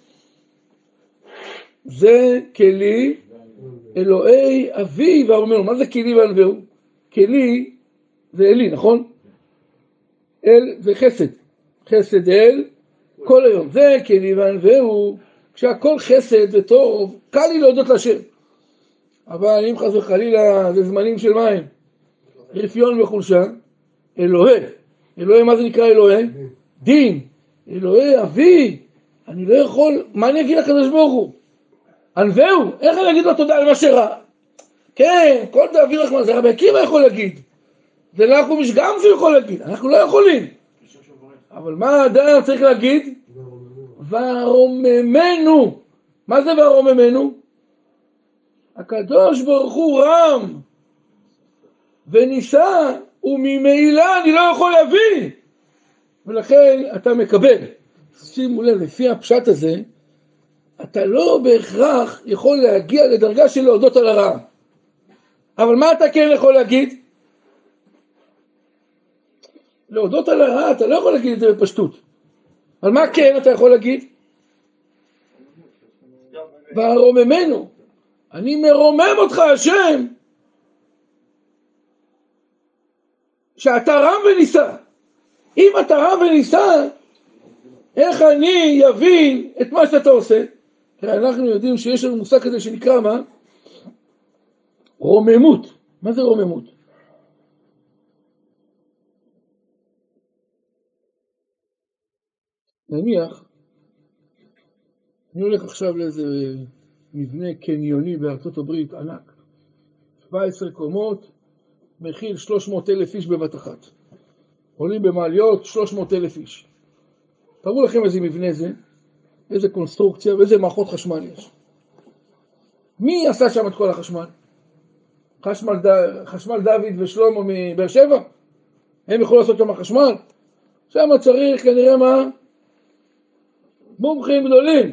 זה כלי אלוהי אבי וארמנו. מה זה כלי ואלוהו? כלי זה אלי, נכון? אל זה חסד. חסד אל כל היום. זה כלי ואלוהו. כשהכל חסד וטוב, קל לי להודות לשם. אבל אם חס וחלילה זה זמנים של מים, רפיון וחולשה, אלוהי. אלוהי, מה זה נקרא אלוהי? דין. אלוהי אבי. אני לא יכול, מה אני אגיד לקדוש ברוך הוא? ענווהו, איך אני אגיד לו תודה על מה שרע? כן, כל דאבי רחמן, זה רבי עקיבא יכול להגיד. זה לך ומשגם זה יכול להגיד, אנחנו לא יכולים. אבל מה האדם צריך להגיד? ורוממנו. מה זה ורוממנו? הקדוש ברוך הוא רם וניסה, וממילא אני לא יכול להבין. ולכן אתה מקבל. שימו לב, לפי הפשט הזה, אתה לא בהכרח יכול להגיע לדרגה של להודות על הרע. אבל מה אתה כן יכול להגיד? להודות על הרע, אתה לא יכול להגיד את זה בפשטות. אבל מה כן אתה יכול להגיד? ורוממנו. אני מרומם אותך השם, שאתה רם וניסה. אם אתה רם וניסה, איך אני אבין את מה שאתה עושה? אנחנו יודעים שיש לנו מושג כזה שנקרא מה? רוממות. מה זה רוממות? נניח, אני הולך עכשיו לאיזה מבנה קניוני בארצות הברית ענק. 17 קומות, מכיל 300,000 איש בבת אחת. עולים במעליות 300,000 איש. תראו לכם איזה מבנה זה, איזה קונסטרוקציה ואיזה מערכות חשמל יש. מי עשה שם את כל החשמל? חשמל דוד ושלמה מבאר שבע? הם יכולו לעשות שם החשמל? שם צריך כנראה מה? מומחים גדולים.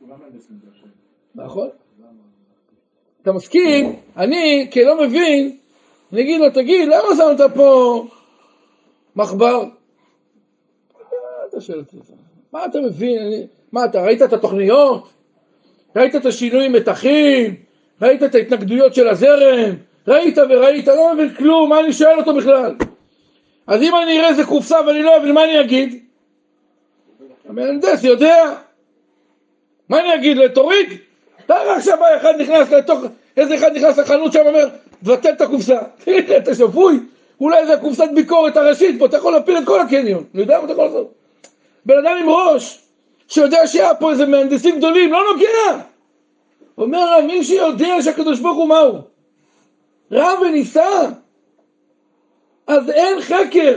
נכון? אתה מסכים? אני כלא מבין, אני אגיד לו, תגיד, למה שמת פה מחבר? אתה שואל אותי, מה אתה מבין? מה, אתה ראית את התוכניות? ראית את השינויים מתחים? ראית את ההתנגדויות של הזרם? ראית וראית, לא מבין כלום, מה אני שואל אותו בכלל? אז אם אני אראה איזה קופסה ואני לא אבין, מה אני אגיד? המהנדס יודע. מה אני אגיד? תוריד? תראה עכשיו אחד נכנס לתוך, איזה אחד נכנס לחנות שם ואומר, תבטל את הקופסה. תראה, אתה שפוי? אולי זה קופסת ביקורת הראשית, פה אתה יכול להפיל את כל הקניון. אני יודע מה אתה יכול לעשות. בן אדם עם ראש, שיודע שהיה פה איזה מהנדסים גדולים, לא נוגע. אומר, מי שיודע שהקדוש ברוך הוא מהו? רב וניסה. אז אין חקר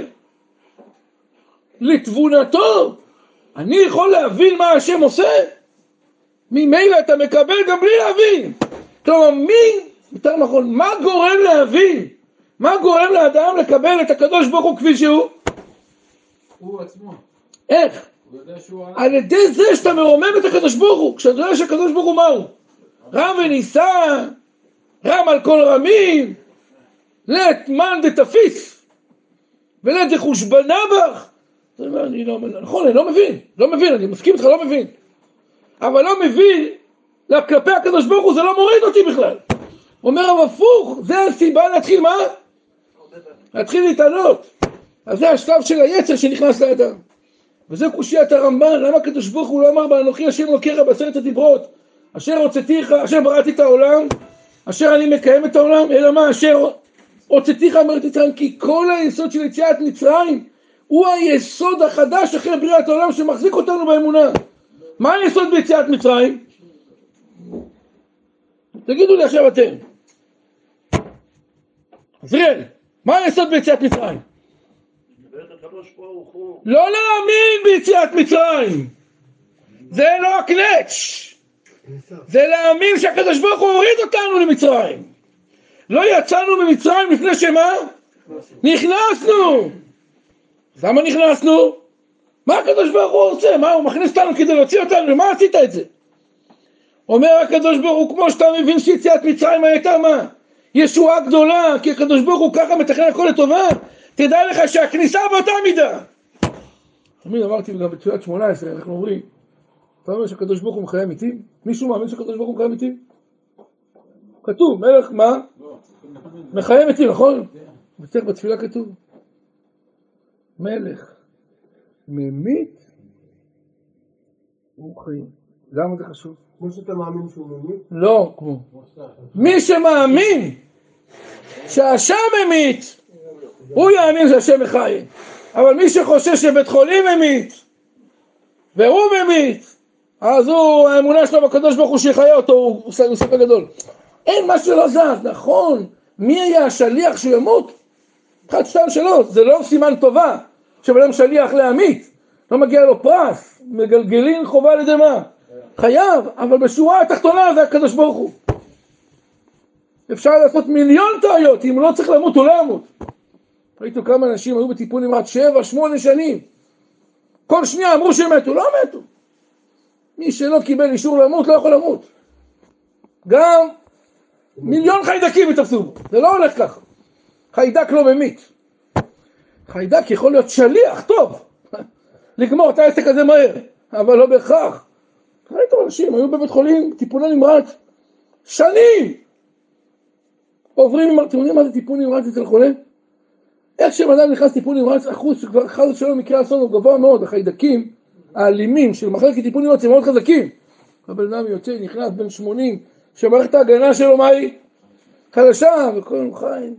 לתבונתו. אני יכול להבין מה השם עושה? ממילא אתה מקבל גם בלי להבין. כלומר, יותר נכון, מה גורם להבין? מה גורם לאדם לקבל את הקדוש ברוך הוא כפי שהוא? הוא עצמו. איך? הוא יודע שהוא... על ידי זה שאתה מרומם את הקדוש ברוך הוא, כשאתה יודע שהקדוש ברוך הוא מהו? רם וניסה, רם על כל רמים, לית מן דתפיס, ולית דחושבנה בך. נכון, אני לא מבין, אני מסכים איתך, לא מבין. אבל לא מבין, כלפי הקדוש ברוך הוא זה לא מוריד אותי בכלל. אומר אבל הפוך, זה הסיבה להתחיל מה? להתחיל להתעלות. אז זה השלב של היצר שנכנס לאדם. וזה קושיית הרמב"ן, למה הקדוש ברוך הוא לא אמר באנוכי השם אלוקיך בעשרת הדיברות, אשר הוצאתיך, אשר בראתי את העולם, אשר אני מקיים את העולם, אלא מה? אשר הוצאתיך אמרתי מצרים, כי כל היסוד של יציאת מצרים הוא היסוד החדש אחרי בריאת העולם שמחזיק אותנו באמונה. מה היסוד ביציאת מצרים? תגידו לי עכשיו אתם. עזריאל, מה היסוד ביציאת מצרים? לא להאמין ביציאת מצרים. זה לא הקנץ'. זה להאמין שהקדוש ברוך הוא הוריד אותנו למצרים. לא יצאנו ממצרים לפני שמה? נכנסנו. למה נכנסנו? מה הקדוש ברוך הוא רוצה? מה הוא מכניס אותנו כדי להוציא אותנו? ומה עשית את זה? אומר הקדוש ברוך הוא, כמו שאתה מבין שיציאת מצרים הייתה מה? ישועה גדולה, כי הקדוש ברוך הוא ככה מתכנן הכל לטובה. תדע לך שהכניסה באותה מידה. תמיד אמרתי גם בתפילת 18, אנחנו אומרים, אתה אומר שהקדוש ברוך הוא מחיה מתים? מישהו מאמין שהקדוש ברוך הוא מחיה מתים? כתוב, מלך מה? מחיה מתים, נכון? בצריך בתפילה כתוב. מלך ממית הוא חיים. למה זה חשוב? כמו שאתה מאמין שהוא ממית? לא, כמו. מי שמאמין שהשם ממית, הוא יאמין שהשם מחיה. אבל מי שחושב שבית חולים ממית, והוא ממית, אז הוא, האמונה שלו בקדוש ברוך הוא שיחיה אותו, הוא ספק גדול. אין מה שלא זז, נכון. מי היה השליח שהוא ימות? 1, 2, 3, זה לא סימן טובה. שבלם שליח להמית, לא מגיע לו פרס, מגלגלין חובה על ידי מה? חייב, אבל בשורה התחתונה זה הקדוש ברוך הוא. אפשר לעשות מיליון טעויות, אם לא צריך למות הוא לא ימות. ראיתו כמה אנשים היו בטיפול נמרץ 7, 8 שנים. כל שנייה אמרו שמתו, לא מתו. מי שלא קיבל אישור למות לא יכול למות. גם מיליון חיידקים יתפסו, זה לא הולך ככה. חיידק לא ממית. חיידק יכול להיות שליח, טוב. לגמור את העסק הזה מהר, אבל לא בהכרח. ראיתם אנשים, היו בבית חולים, טיפול נמרץ, שנים. עוברים, אתם יודעים מה זה טיפול נמרץ אצל חולה? איך שאדם נכנס טיפול נמרץ, אחוז שכבר חז שלו מקרה אסון הוא גבוה מאוד, החיידקים האלימים של מחלקת טיפול נמרץ הם מאוד חזקים. הבן אדם יוצא, נכנס בן 80, שמערכת ההגנה שלו מה היא? חלשה, וכל יום חיים.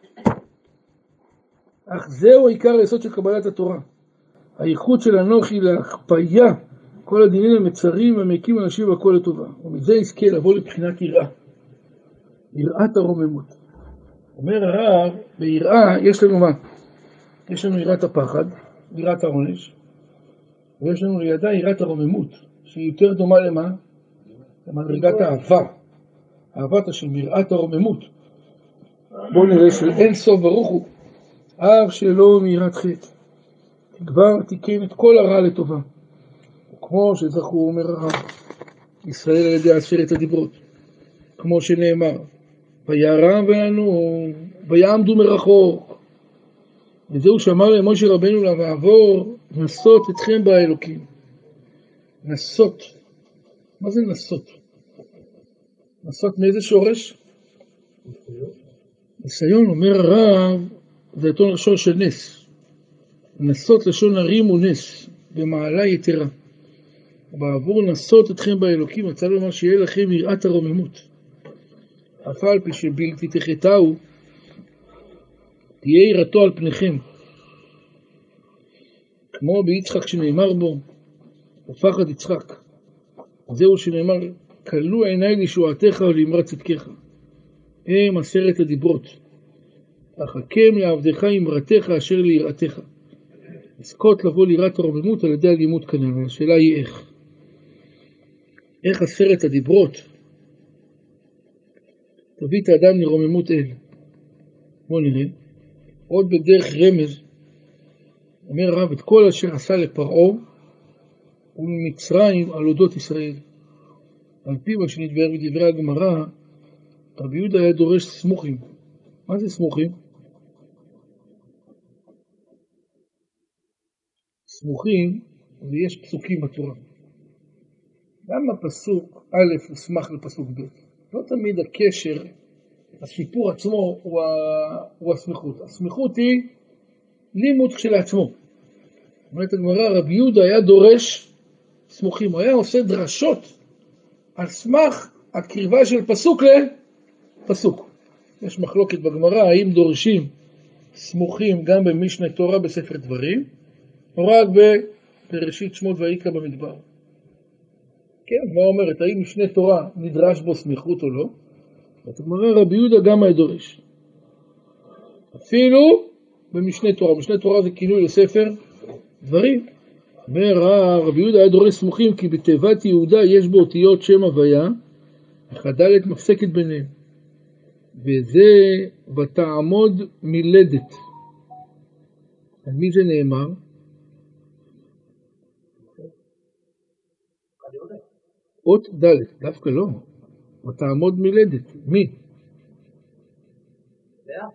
אך זהו עיקר היסוד של קבלת התורה. הייחוד של אנוכי להכפיה, כל הדינים המצרים המקים אנשים והכל לטובה. ומזה יזכה לבוא לבחינת יראה. יראת הרוממות. אומר הרב, ביראה יש לנו מה? יש לנו יראת הפחד, יראת העונש, ויש לנו לידה יראת הרוממות, שהיא יותר דומה למה? למדרגת האהבה. אהבת השם, יראת הרוממות. בואו נראה שאין סוף ברוך הוא. אב שלו מיראת חטא. כבר תיקן את כל הרע לטובה. כמו שזכו אומר הרב, ישראל על ידי 10 הדיברות. כמו שנאמר, וירא וינום, ויעמדו מרחוק. וזהו שאמר למשה רבנו לעבור, נסות אתכם באלוקים. נסות. מה זה נסות? נסות מאיזה שורש? ניסיון, אומר הרב, זה אותו לשון של נס. נסות לשון הרים הוא נס, במעלה יתרה. בעבור נסות אתכם באלוקים, רצה לומר שיהיה לכם יראת הרוממות. אף על פי שבלתי תחטאו, תהיה יראתו על פניכם. כמו ביצחק שנאמר בו, ופחד יצחק. זהו שנאמר, כלו עיניי לישועתך ולאמרת צדקך. הם 10 הדיברות. אחכם לעבדך אמרתך אשר ליראתך. לזכות לבוא ליראת הרוממות על ידי הלימוד כנראה. השאלה היא איך. איך 10 הדיברות תביא את האדם לרוממות אל. בואו נראה. עוד בדרך רמז, אומר הרב, את כל אשר עשה לפרעה וממצרים על אודות ישראל. על פי מה שנתבהר בדברי הגמרא, רבי יהודה היה דורש סמוכים. מה זה סמוכים? סמוכים, ויש פסוקים בתורה. גם הפסוק א' הוסמך לפסוק ב'. לא תמיד הקשר הסיפור עצמו הוא הסמיכות. הסמיכות היא לימוד כשלעצמו. אומרת הגמרא, רבי יהודה היה דורש סמוכים, הוא היה עושה דרשות על סמך הקריבה של פסוק לפסוק. יש מחלוקת בגמרא, האם דורשים סמוכים גם במשנה תורה בספר דברים, או רק בראשית שמות ויקרא במדבר. כן, מה אומרת, האם משנה תורה נדרש בו סמיכות או לא? הגמרא, רבי יהודה גם היה דורש. אפילו במשנה תורה. משנה תורה זה כינוי לספר דברים. אומר רבי יהודה היה דורש סמוכים כי בתיבת יהודה יש בו אותיות שם הוויה, החדלת מפסקת ביניהם. וזה ותעמוד מלדת. על מי זה נאמר? אות ד', דווקא לא. ותעמוד מלדת. מי? לאה.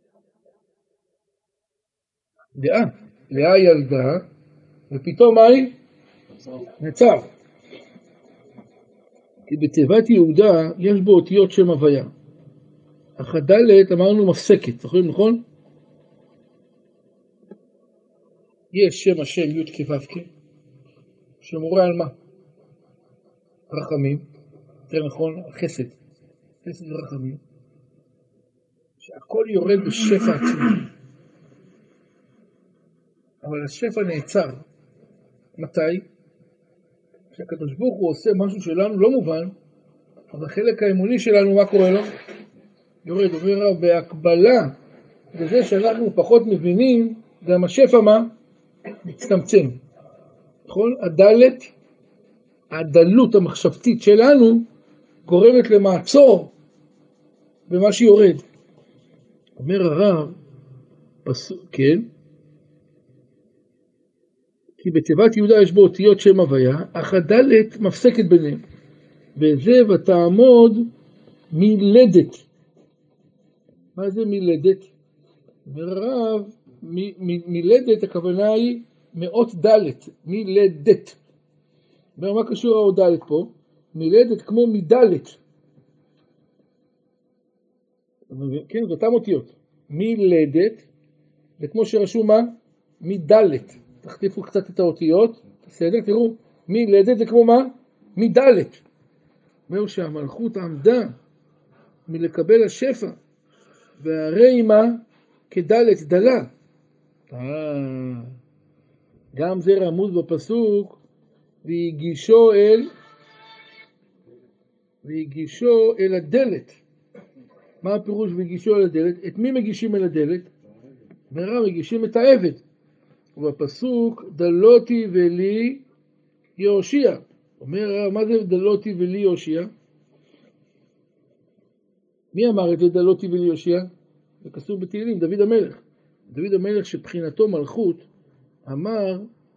לאה. לאה ילדה, ופתאום מה היא? נצר. כי בתיבת יהודה יש בו אותיות שם הוויה. החדלת אמרנו מפסקת, זוכרים נכון? יש שם השם י' כו' שמורה על מה? רחמים, יותר נכון, חסד. חסד ורחמים. שהכל יורד בשפע עצמי. אבל השפע נעצר. מתי? כשהקדוש ברוך הוא עושה משהו שלנו לא מובן, אבל החלק האמוני שלנו, מה קורה לו? יורד, אומר בהקבלה לזה שאנחנו פחות מבינים, גם השפע מה? מצטמצם. נכון? הדלות המחשבתית שלנו גורמת למעצור במה שיורד. אומר הרב, כן, כי בתיבת יהודה יש בו אותיות שם הוויה, אך הדלת מפסקת ביניהם. וזה ותעמוד מלדת. מה זה מלדת? אומר הרב, מלדת הכוונה היא מאות דלת, מלדת. אומר, מה קשור האות דלת פה? מלדת כמו מדלת. כן, זה אותם אותיות. מלדת, זה כמו שרשום מה? מדלת. תחליפו קצת את האותיות, בסדר? תראו, מלדת זה כמו מה? מדלת. אומר שהמלכות עמדה מלקבל השפע, והרי עמה כדלת דלה. גם זה רמוז בפסוק, והגישו אל הדלת. מה הפירוש והגישו אל הדלת? את מי מגישים אל הדלת? מראה מגישים את העבד. ובפסוק דלותי ולי יהושע. אומר, מה זה דלותי ולי יהושע? מי אמר את זה דלותי ולי יהושע? זה כתוב בתהילים, דוד המלך. דוד המלך שבחינתו מלכות אמר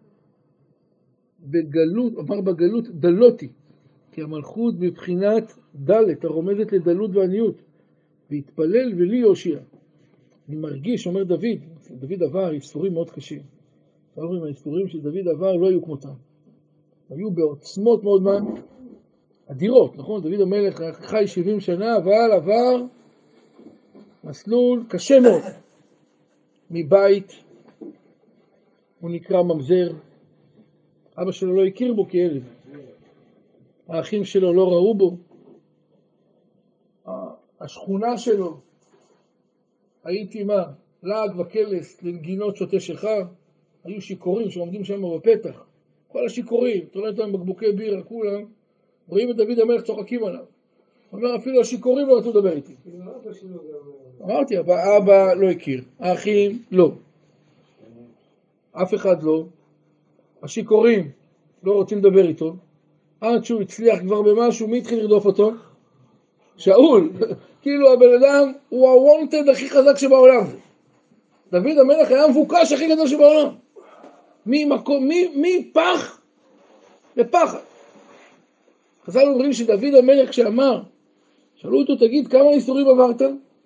בגלות דלותי, כי המלכות בבחינת דלת, הרומזת לדלות ועניות, והתפלל ולי יהושע. אני מרגיש, אומר דוד עבר איסורים מאוד קשים. האיסורים של דוד עבר לא היו כמותם. היו בעוצמות מאוד אדירות, נכון? דוד המלך חי 70 שנה, אבל עבר מסלול קשה מאוד. מבית, הוא נקרא ממזר, אבא שלו לא הכיר בו כילד. האחים שלו לא ראו בו. השכונה שלו, הייתי מה? לעג וקלס לנגינות שוטה שחר, היו שיקורים שעומדים שם בפתח. כל השיקורים, תולדת להם בקבוקי בירה, כולם, רואים את דוד המלך צוחקים עליו. הוא אומר, אפילו השיקורים לא רצו לדבר איתי. אמרתי, אבא לא הכיר, האחים לא. אף אחד לא. השיקורים לא רוצים לדבר איתו. עד שהוא הצליח כבר במשהו, מי התחיל לרדוף אותו? שאול. כאילו הבן אדם הוא הוונטד הכי חזק שבעולם. דוד המלך היה מבוקש הכי גדול שבעולם. מפח לפחד. חז"ל אומרים שדוד המלך כשאמר, שאלו אותו, תגיד כמה איסורים עברת?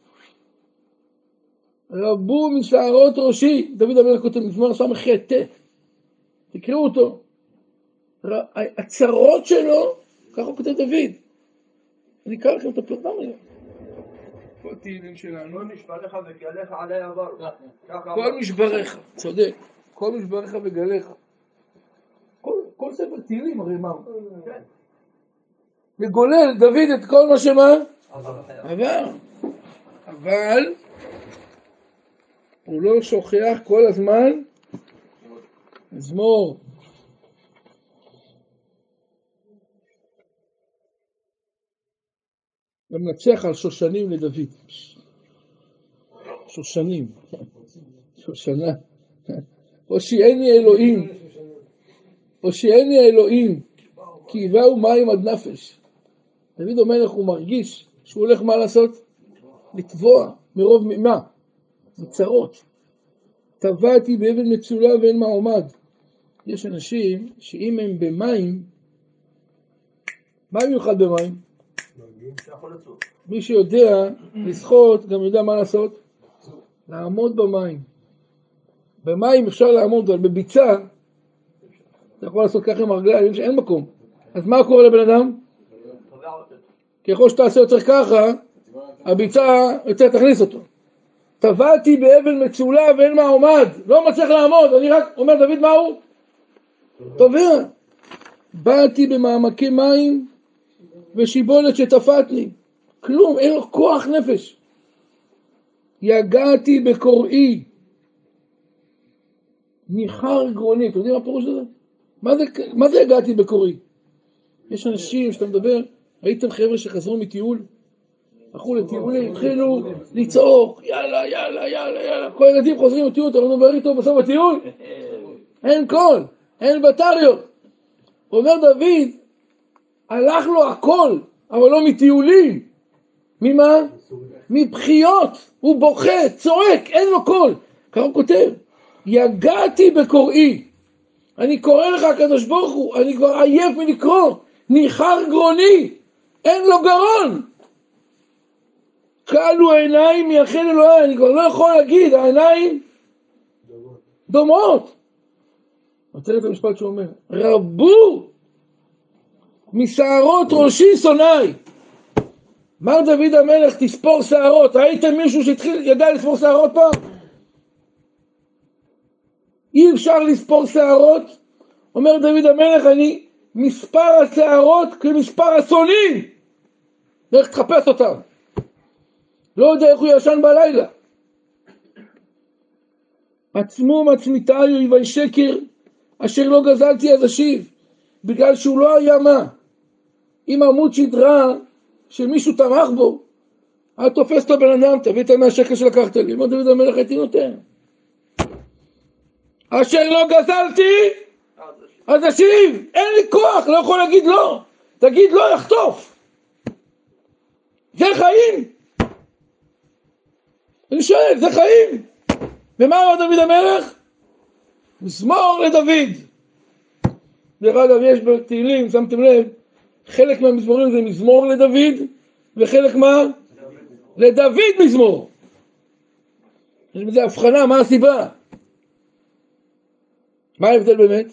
רבו משערות ראשי. דוד המלך כותב מזמור ס"ט. תקראו אותו. הצרות שלו, ככה הוא כותב דוד. אני אקרא לכם את הפרטים האלה. פה תהילים שלנו. כל משבריך וגליך עלי עבר. כל משבריך, צודק. כל משבריך וגליך. כל ספר תהילים הרי מה? מגולל דוד את כל מה שמה? עבר. אבל הוא לא שוכח כל הזמן מזמור. ומנצח על שושנים לדוד. שושנים. שושנה. הושיעני אלוהים. הושיעני אלוהים. כי הבאו מים עד נפש. דוד המלך הוא מרגיש שהוא הולך מה לעשות? לטבוע מרוב מה? מצרות. טבעתי באבן מצולה ואין מה עומד. יש אנשים שאם הם במים, מה מיוחד במים? מי שיודע לשחות גם יודע מה לעשות? לעמוד במים. במים אפשר לעמוד, אבל בביצה אתה יכול לעשות ככה עם הרגליים שאין מקום. אז מה קורה לבן אדם? ככל שתעשה יותר ככה, הביצה יותר תכניס אותו. טבעתי באבן מצולה ואין מה עומד. לא מצליח לעמוד, אני רק אומר דוד מה הוא? טובע. באתי במעמקי מים ושיבולת שטפתני. כלום, אין לו כוח נפש. יגעתי בקוראי. ניחר גרוני. אתם יודעים מה הפירוש הזה? מה זה יגעתי בקוראי? יש אנשים שאתה מדבר, ראיתם חבר'ה שחזרו מטיול? הלכו לטיולים, התחילו לצעוק, יאללה, יאללה, יאללה, יאללה. כל הילדים חוזרים לטיול, אתה לא מדבר איתו בסוף הטיול? אין קול, אין בטריות. אומר דוד, הלך לו הכל, אבל לא מטיולים. ממה? מבחיות. הוא בוכה, צועק, אין לו קול. ככה הוא כותב, יגעתי בקוראי. אני קורא לך הקדוש ברוך הוא, אני כבר עייף מלקרוא. ניחר גרוני, אין לו גרון. קלו העיניים מייחל אלוהי, אני כבר לא יכול להגיד, העיניים דומעות. אני רוצה את המשפט שהוא אומר, רבו משערות ראשי שונאי. אמר דוד המלך, תספור שערות. ראיתם מישהו ידע לספור שערות פעם? אי אפשר לספור שערות. אומר דוד המלך, אני מספר השערות כמספר השונאים. איך תחפש אותם? לא יודע איך הוא ישן בלילה. עצמו מצמיתיי אויבי שקר, אשר לא גזלתי אז אשיב. בגלל שהוא לא היה מה? אם עמוד שדרה שמישהו תמך בו, היה תופס את הבן אדם, תביא את 100 שקל שלקחת לי. אמר דוד המלך, הייתי נותן. אשר לא גזלתי אז אשיב. אין לי כוח, לא יכול להגיד לא. תגיד לא, יחטוף. זה חיים. אני שואל, זה חיים. ומה אמר דוד המלך? מזמור לדוד. דרך אגב, יש בתהילים, שמתם לב, חלק מהמזמורים זה מזמור לדוד, וחלק מה? לדוד מזמור. יש בזה הבחנה, מה הסיבה? מה ההבדל באמת?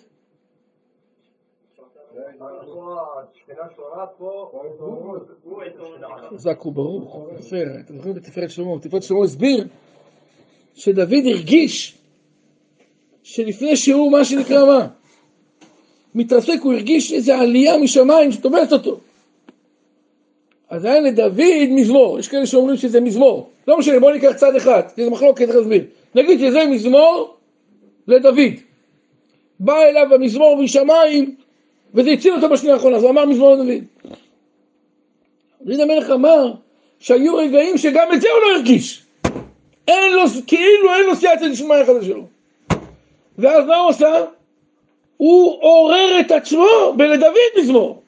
חזק וברוך, תפארת. אתם זוכרים בתפארת שלמה? בתפארת שלמה הסביר שדוד הרגיש שלפני שהוא מה שנקרא מה? מתרסק, הוא הרגיש איזו עלייה משמיים שתובלת אותו. אז היה לדוד מזמור. יש כאלה שאומרים שזה מזמור. לא משנה, בואו ניקח צד אחד, כי זה מחלוקת, איך להסביר. נגיד שזה מזמור לדוד. בא אליו המזמור משמיים, וזה הציל אותו בשנייה האחרונה, אז הוא אמר מזמור לדוד. דוד המלך אמר שהיו רגעים שגם את זה הוא לא הרגיש. אין לו, כאילו אין לו סייעתא דשמיא אחד שלו. ואז מה הוא עושה? הוא עורר את עצמו בלדוד מזמור.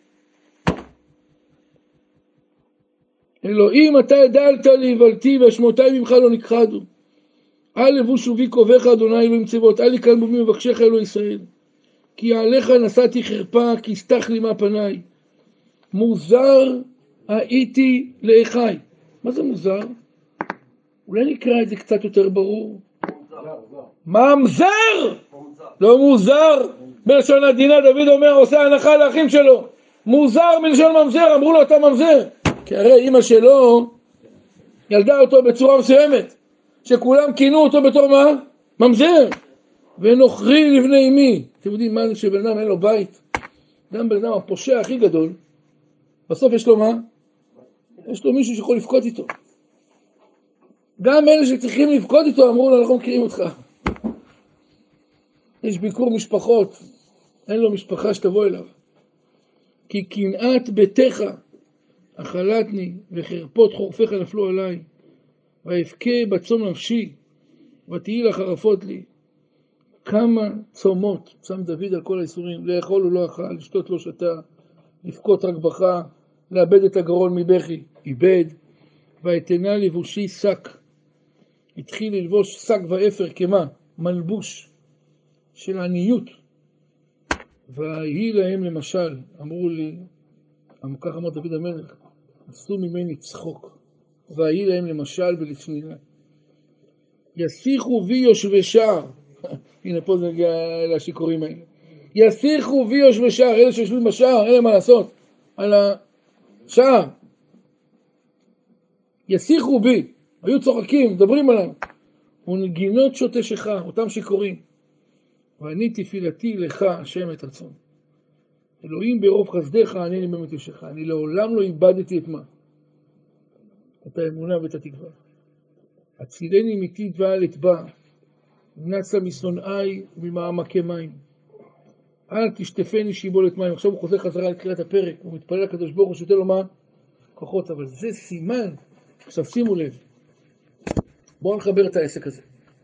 אלוהים, אתה ידלת להיוולתי, והשמותיי ממך לא נכחדו. אל לבוש שובי קובך, אדוני אלוהים צבאות, אל יקל בומי מבקשך אלוהי ישראל. כי עליך נשאתי חרפה, כי הסתח לי מה פניי. מוזר הייתי לאחי. מה זה מוזר? אולי נקרא את זה קצת יותר ברור. ממזר! לא מוזר. בלשון עדינה דוד אומר, עושה הנחה לאחים שלו. מוזר מלשון ממזר, אמרו לו אתה ממזר. כי הרי אמא שלו ילדה אותו בצורה מסוימת, שכולם כינו אותו בתור מה? ממזר. ונוכרי לבני אמי. אתם יודעים מה זה שבן אדם אין לו בית? גם בן אדם הפושע הכי גדול, בסוף יש לו מה? יש לו מישהו שיכול לבכות איתו. גם אלה שצריכים לבכות איתו אמרו לו, אנחנו מכירים אותך. יש ביקור משפחות, אין לו משפחה שתבוא אליו. כי קנאת ביתך אכלתני וחרפות חורפיך נפלו עליי, ואבכה בצום נפשי ותהי לך חרפות לי. כמה צומות שם דוד על כל האיסורים, לאכול הוא לא אכל, לשתות לא שתה, לבכות רק בכה, לאבד את הגרון מבכי, איבד. ואתנה לבושי שק, התחיל ללבוש שק ואפר כמה? מלבוש של עניות. והיא להם למשל, אמרו לי, כך אמר דוד המלך, עשו ממני צחוק. והיא להם למשל ולצנינה. יסיחו בי יושבי שער, הנה פה זה נגיע לשיקורים האלה. יסיחו בי יושבי שער, אלה שיושבים בשער, אין להם מה לעשות, על השער. יסיחו בי, היו צוחקים, מדברים עליו. ונגינות שוטשך, אותם שיכורים. ואני תפילתי לך, השם את רצון. אלוהים ברוב חסדך, ענני באמת יושך. אני לעולם לא איבדתי את מה? את האמונה ואת התקווה. הצילני מיתית ואל אטבע, נצה משונאי וממעמקי מים. אל תשטפני שיבולת מים. עכשיו הוא חוזר חזרה לקריאת הפרק, הוא מתפלל לקדוש ברוך הוא שותל לו מה? כוחות, אבל זה סימן. עכשיו שימו לב, בואו נחבר את העסק הזה.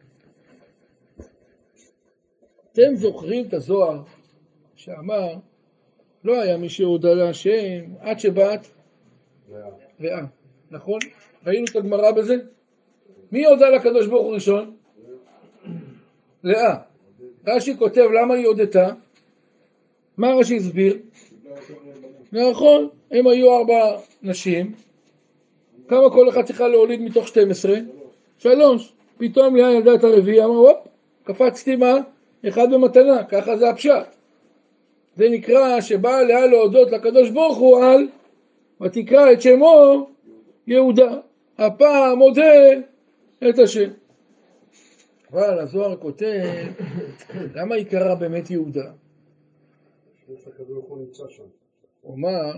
אתם זוכרים את הזוהר שאמר, לא היה מי שהודה להשם עד שבאת לאה, נכון? ראינו את הגמרא בזה? מי הודה לקדוש ברוך הוא ראשון? לאה. רש"י כותב למה היא הודתה? מה רש"י הסביר? נכון, הם היו 4 נשים, כמה כל אחד צריכה להוליד מתוך 12? 3. פתאום לאה ילדה את הרביעי, אמר, הופ, קפצתי מה? אחד במתנה, ככה זה הפשט. זה נקרא שבא לאה להודות לקדוש ברוך הוא על, ותקרא את שמו יהודה. הפעם מודה את השם. אבל הזוהר כותב, למה היא קראה באמת יהודה? הוא אמר,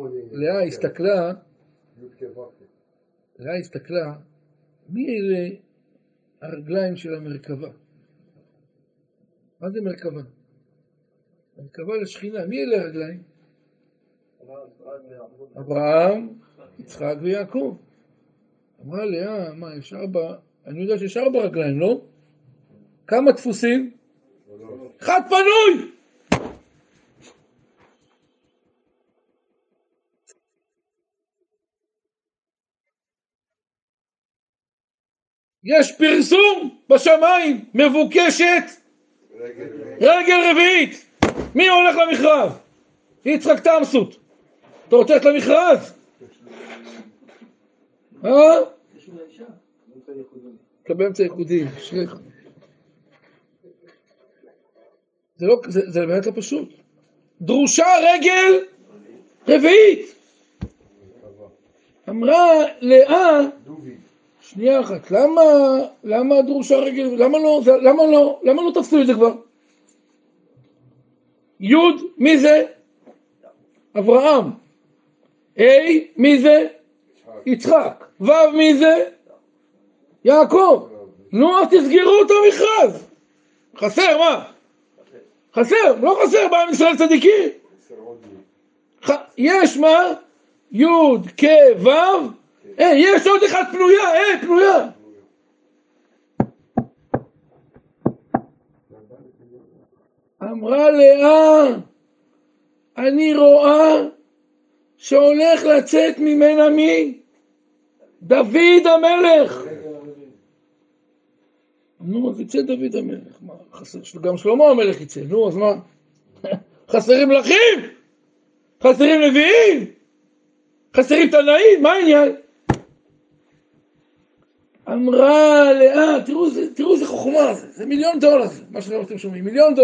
לאה הסתכלה, מי אלה הרגליים של המרכבה? מה זה מרכבה? מרכבה לשכינה, מי אלה הרגליים? אברהם, יצחק ויעקב. אמרה לאה, מה, יש 4, אני יודע שיש 4 רגליים, לא? כמה דפוסים? 1 פנוי! יש פרסום בשמיים, מבוקשת רגל רביעית. מי הולך למכרז? יצחק תמסות. אתה רוצה ללכת למכרז? באמצע ייחודים. זה באמת לא פשוט. דרושה רגל רביעית. אמרה לאה, שנייה אחת, למה דרושה רגל, למה לא תפסו את זה כבר? יוד, מי זה? אברהם. מי זה? יצחק. מי זה? יעקב. נו, אז תסגרו את המכרז. חסר, מה? חסר, לא חסר בעם ישראל צדיקים. יש מה? יוד, כ', יש עוד אחד פנויה, פנויה. אמרה לאה, אני רואה שהולך לצאת ממנה מי? דוד המלך. נו, אז יצא דוד המלך. מה, חסר, גם שלמה המלך יצא. נו, אז מה? חסרים מלכים? חסרים נביאים? חסרים תנאים? מה העניין? אמרה לאה, תראו איזה חוכמה, זה $1,000,000, מה שאתם שומעים, $1,000,000.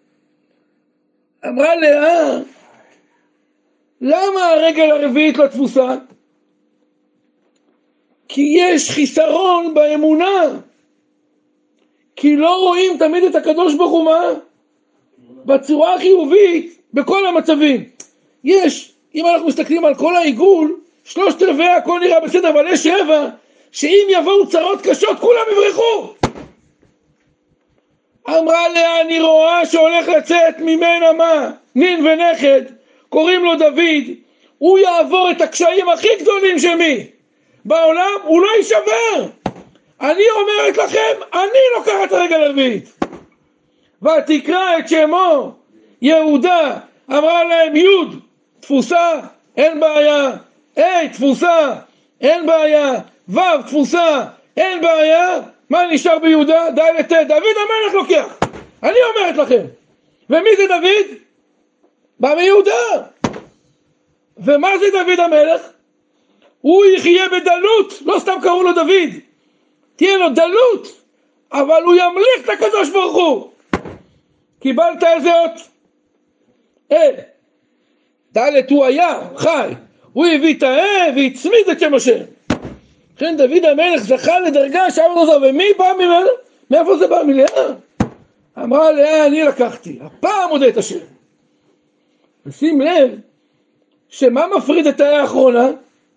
אמרה לאה, למה הרגל הרביעית לא תפוסה? כי יש חיסרון באמונה. כי לא רואים תמיד את הקדוש ברוך הוא מה? בצורה החיובית, בכל המצבים. יש, אם אנחנו מסתכלים על כל העיגול, 3/4 הכל נראה בסדר, אבל יש 7, שאם יבואו צרות קשות, כולם יברחו. אמרה לה, אני רואה שהולך לצאת ממנה מה? נין ונכד, קוראים לו דוד, הוא יעבור את הקשיים הכי גדולים שמי? בעולם, הוא לא יישבר. אני אומרת לכם, אני לוקחת הרגל הרביעית. ותקרא את שמו יהודה, אמרה להם יוד, תפוסה, אין בעיה, תפוסה, אין בעיה, תפוסה, אין בעיה. מה נשאר ביהודה? ד' דוד המלך לוקח. אני אומרת לכם. ומי זה דוד? בא מיהודה. ומה זה דוד המלך? הוא יחיה בדלות, לא סתם קראו לו דוד. תהיה לו דלות, אבל הוא ימליך את הקדוש ברוך הוא. קיבלת איזה אות? ד' הוא היה, חי. הוא הביא את והצמיד את שם השם. לכן דוד המלך זכה לדרגה שאמר לו, ומי בא ממנו? מאיפה זה בא? מלאה. אמרה לאה, אני לקחתי. הפעם מודה את השם. ושים לב, שמה מפריד את האה האחרונה?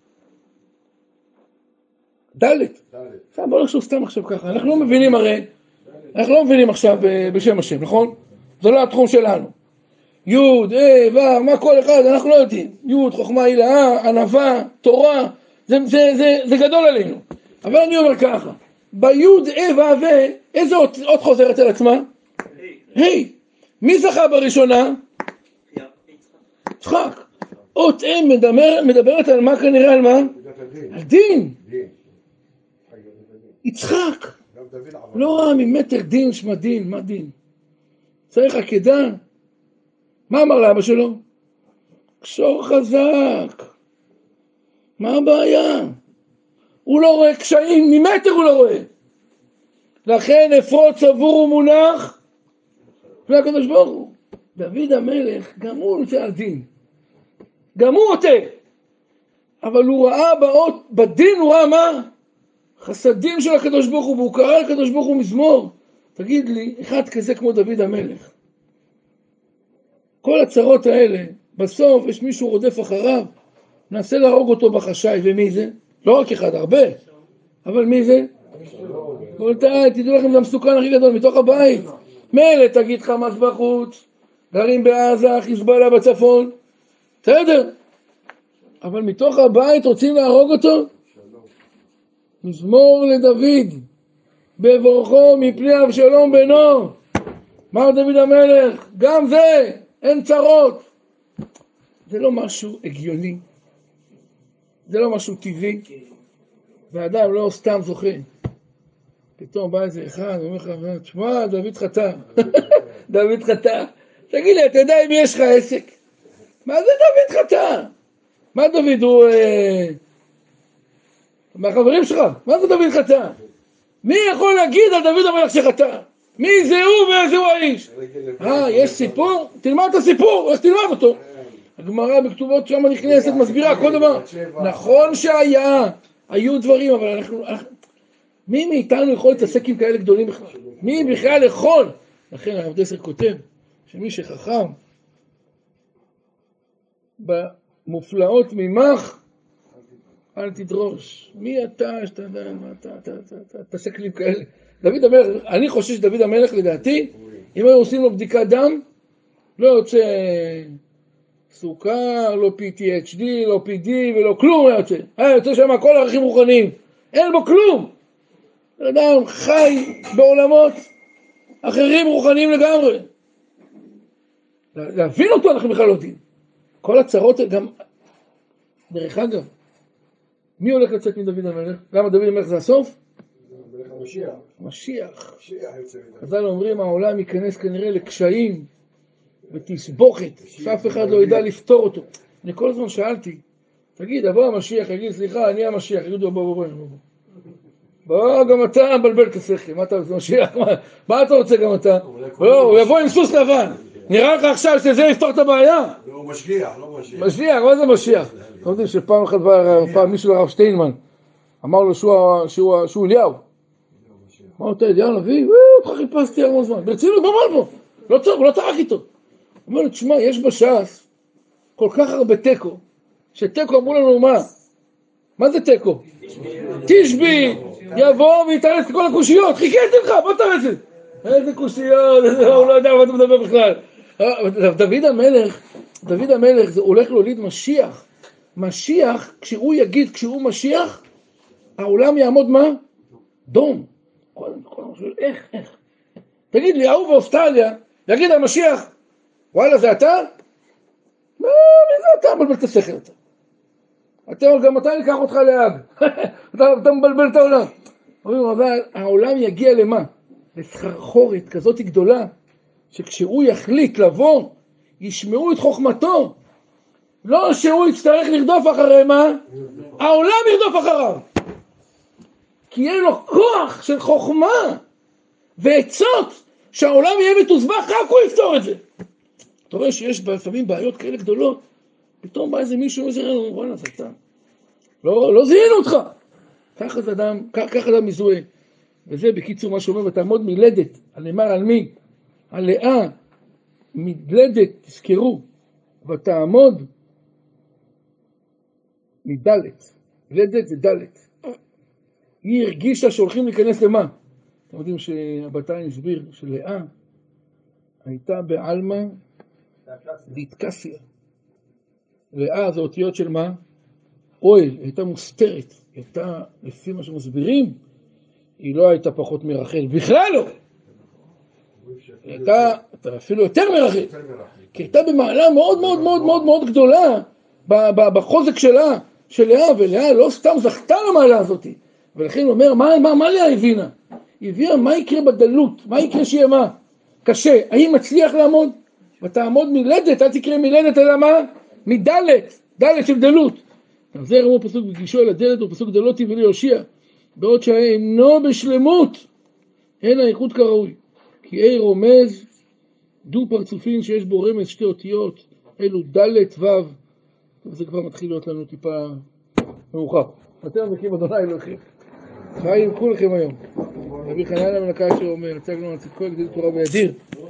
ד'. בוא נחשוב סתם עכשיו ככה. אנחנו לא מבינים הרי, אנחנו לא מבינים עכשיו בשם השם, נכון? זה לא התחום שלנו. יוד, מה כל אחד, אנחנו לא יודעים. יוד, חוכמה, הילאה, ענווה, תורה, זה גדול עלינו. אבל אני אומר ככה, ביוד, איזה אות חוזרת על עצמה? מי זכה בראשונה? יצחק. אות מדברת על מה כנראה? על מה? על דין. יצחק. לא ראה ממטר דין, שמה דין, מה דין? צריך עקדה. מה אמר לאבא שלו? קשור חזק. מה הבעיה? הוא לא רואה קשיים, ממטר הוא לא רואה. לכן אפרות סבור ומונח לפני הקדוש ברוך הוא. דוד המלך, גם הוא נמצא על דין. גם הוא עוטה. אבל הוא ראה בדין, הוא ראה מה? חסדים של הקדוש ברוך הוא, והוא קרא לקדוש ברוך הוא מזמור. תגיד לי, אחד כזה כמו דוד המלך. כל הצרות האלה, בסוף יש מישהו רודף אחריו, ננסה להרוג אותו בחשאי, ומי זה? לא רק אחד, הרבה. אבל מי זה? תדעו לכם, זה המסוכן הכי גדול, מתוך הבית. מילא תגיד חמאס בחוץ, גרים בעזה, חיזבאללה בצפון, בסדר. אבל מתוך הבית רוצים להרוג אותו? מזמור לדוד, בבורכו מפני אבשלום בנו. אמר דוד המלך, גם זה, אין צרות. זה לא משהו הגיוני. זה לא משהו טבעי. ואדם לא סתם זוכה. פתאום בא איזה אחד, אומר לך, תשמע, דוד חטא. דוד חטא. תגיד לי, אתה יודע אם יש לך עסק? מה זה דוד חטא? מה דוד הוא... מהחברים שלך, מה זה דוד חטא? מי יכול להגיד על דוד המלך שחטא? מי זה הוא ואיזה הוא האיש? יש סיפור? תלמד את הסיפור, איך תלמד אותו? הגמרא בכתובות שם נכנסת, מסבירה כל דבר. נכון היו דברים, אבל אנחנו... מי מאיתנו יכול להתעסק עם כאלה גדולים בכלל? מי בכלל יכול? לכן הרב דסר כותב שמי שחכם במופלאות ממך, אל תדרוש. מי אתה שאתה יודע מה אתה תעסק לי כאלה? דוד המלך, אני חושב שדוד המלך לדעתי, אם היו עושים לו בדיקת דם, לא יוצא סוכר, לא PTHD, לא PD ולא כלום היה יוצא שם כל ערכים רוחניים. אין בו כלום. אדם חי בעולמות אחרים רוחניים לגמרי. להבין אותו אנחנו בכלל לא יודעים. כל הצרות גם, דרך אגב, מי הולך לצאת מדוד המלך? למה דוד המלך זה הסוף? משיח. חז"ל אומרים, העולם ייכנס כנראה לקשיים ותסבוכת, שאף אחד לא ידע לפתור אותו. אני כל הזמן שאלתי, תגיד, אבוא המשיח, יגיד, סליחה, אני המשיח, יגידו, בוא, גם אתה מבלבל את השכל, מה אתה רוצה, משיח? מה אתה רוצה גם אתה? הוא יבוא עם סוס לבן, נראה לך עכשיו שזה יפתור את הבעיה? הוא משגיח, לא משיח. משיח, מה זה משיח? אתם יודעים שפעם אחת בא מישהו לרב שטיינמן, אמר לו שהוא אליהו. אמר אתה אליהו נביא? אותך חיפשתי המון זמן. ברצינות, במל פה. הוא לא צחק איתו. הוא אומר לו, תשמע, יש בש"ס כל כך הרבה תיקו, שתיקו אמרו לנו מה זה תיקו? תשבי, יבוא ויתרץ את כל הקושיות, חיכיתי לך, בוא תרץ את זה. איזה קושיות, הוא לא יודע מה אתה מדבר בכלל. דוד המלך, זה הולך להוליד משיח. משיח, כשהוא יגיד, כשהוא משיח, העולם יעמוד מה? דום. איך? תגיד לי, אהוב באוסטרליה, יגיד המשיח, וואלה זה אתה? מי זה אתה? מבלבל את השכל אתה. גם אתה ניקח אותך להג. אתה מבלבל את העולם. אבל העולם יגיע למה? לסחרחורת כזאת גדולה, שכשהוא יחליט לבוא, ישמעו את חוכמתו. לא שהוא יצטרך לרדוף אחרי מה? העולם ירדוף אחריו. כי יהיה לו כוח של חוכמה ועצות שהעולם יהיה מתוסבך, רק הוא יפתור את זה. אתה רואה שיש לפעמים בעיות כאלה גדולות, פתאום בא איזה מישהו מזהה לנו, וואלה, זה אתה. לא זיהינו אותך. ככה אדם מזוהה. וזה בקיצור מה שאומר, ותעמוד מלדת, הנאמר על מי? על לאה, מלדת, תזכרו, ותעמוד מדלת. מלדת זה דלת. היא הרגישה שהולכים להיכנס למה? אתם יודעים שהבתיים הסביר שלאה הייתה בעלמה להתקסיה. לאה זה אותיות של מה? אוהל, הייתה מוסתרת. הייתה, לפי מה שמסבירים, היא לא הייתה פחות מרחל. בכלל לא! היא הייתה אפילו יותר מרחל. כי הייתה במעלה מאוד מאוד מאוד מאוד מאוד גדולה בחוזק שלה, של לאה, ולאה לא סתם זכתה למעלה הזאת. ולכן הוא אומר, מה לאה הבינה? היא הבינה מה יקרה בדלות, מה יקרה שיהיה מה? קשה. האם מצליח לעמוד? ותעמוד מלדת, אל תקרא מלדת אלא מה? מדלת, דלת של דלות. זה רמו פסוק בגישו אל הדלת, ופסוק דלות תביא ליהושע. בעוד שאינו בשלמות, אין האיכות כראוי. כי אי רומז, דו פרצופין שיש בו רמז שתי אותיות, אלו דלת וו. וזה כבר מתחיל להיות לנו טיפה מאוחר. אתם מקים אדוני אלוהיכם. חיים כולכם היום. רבי חנניה בן עקשיא אומר, הצגנו על צדקו הגדיל תורה וידיר.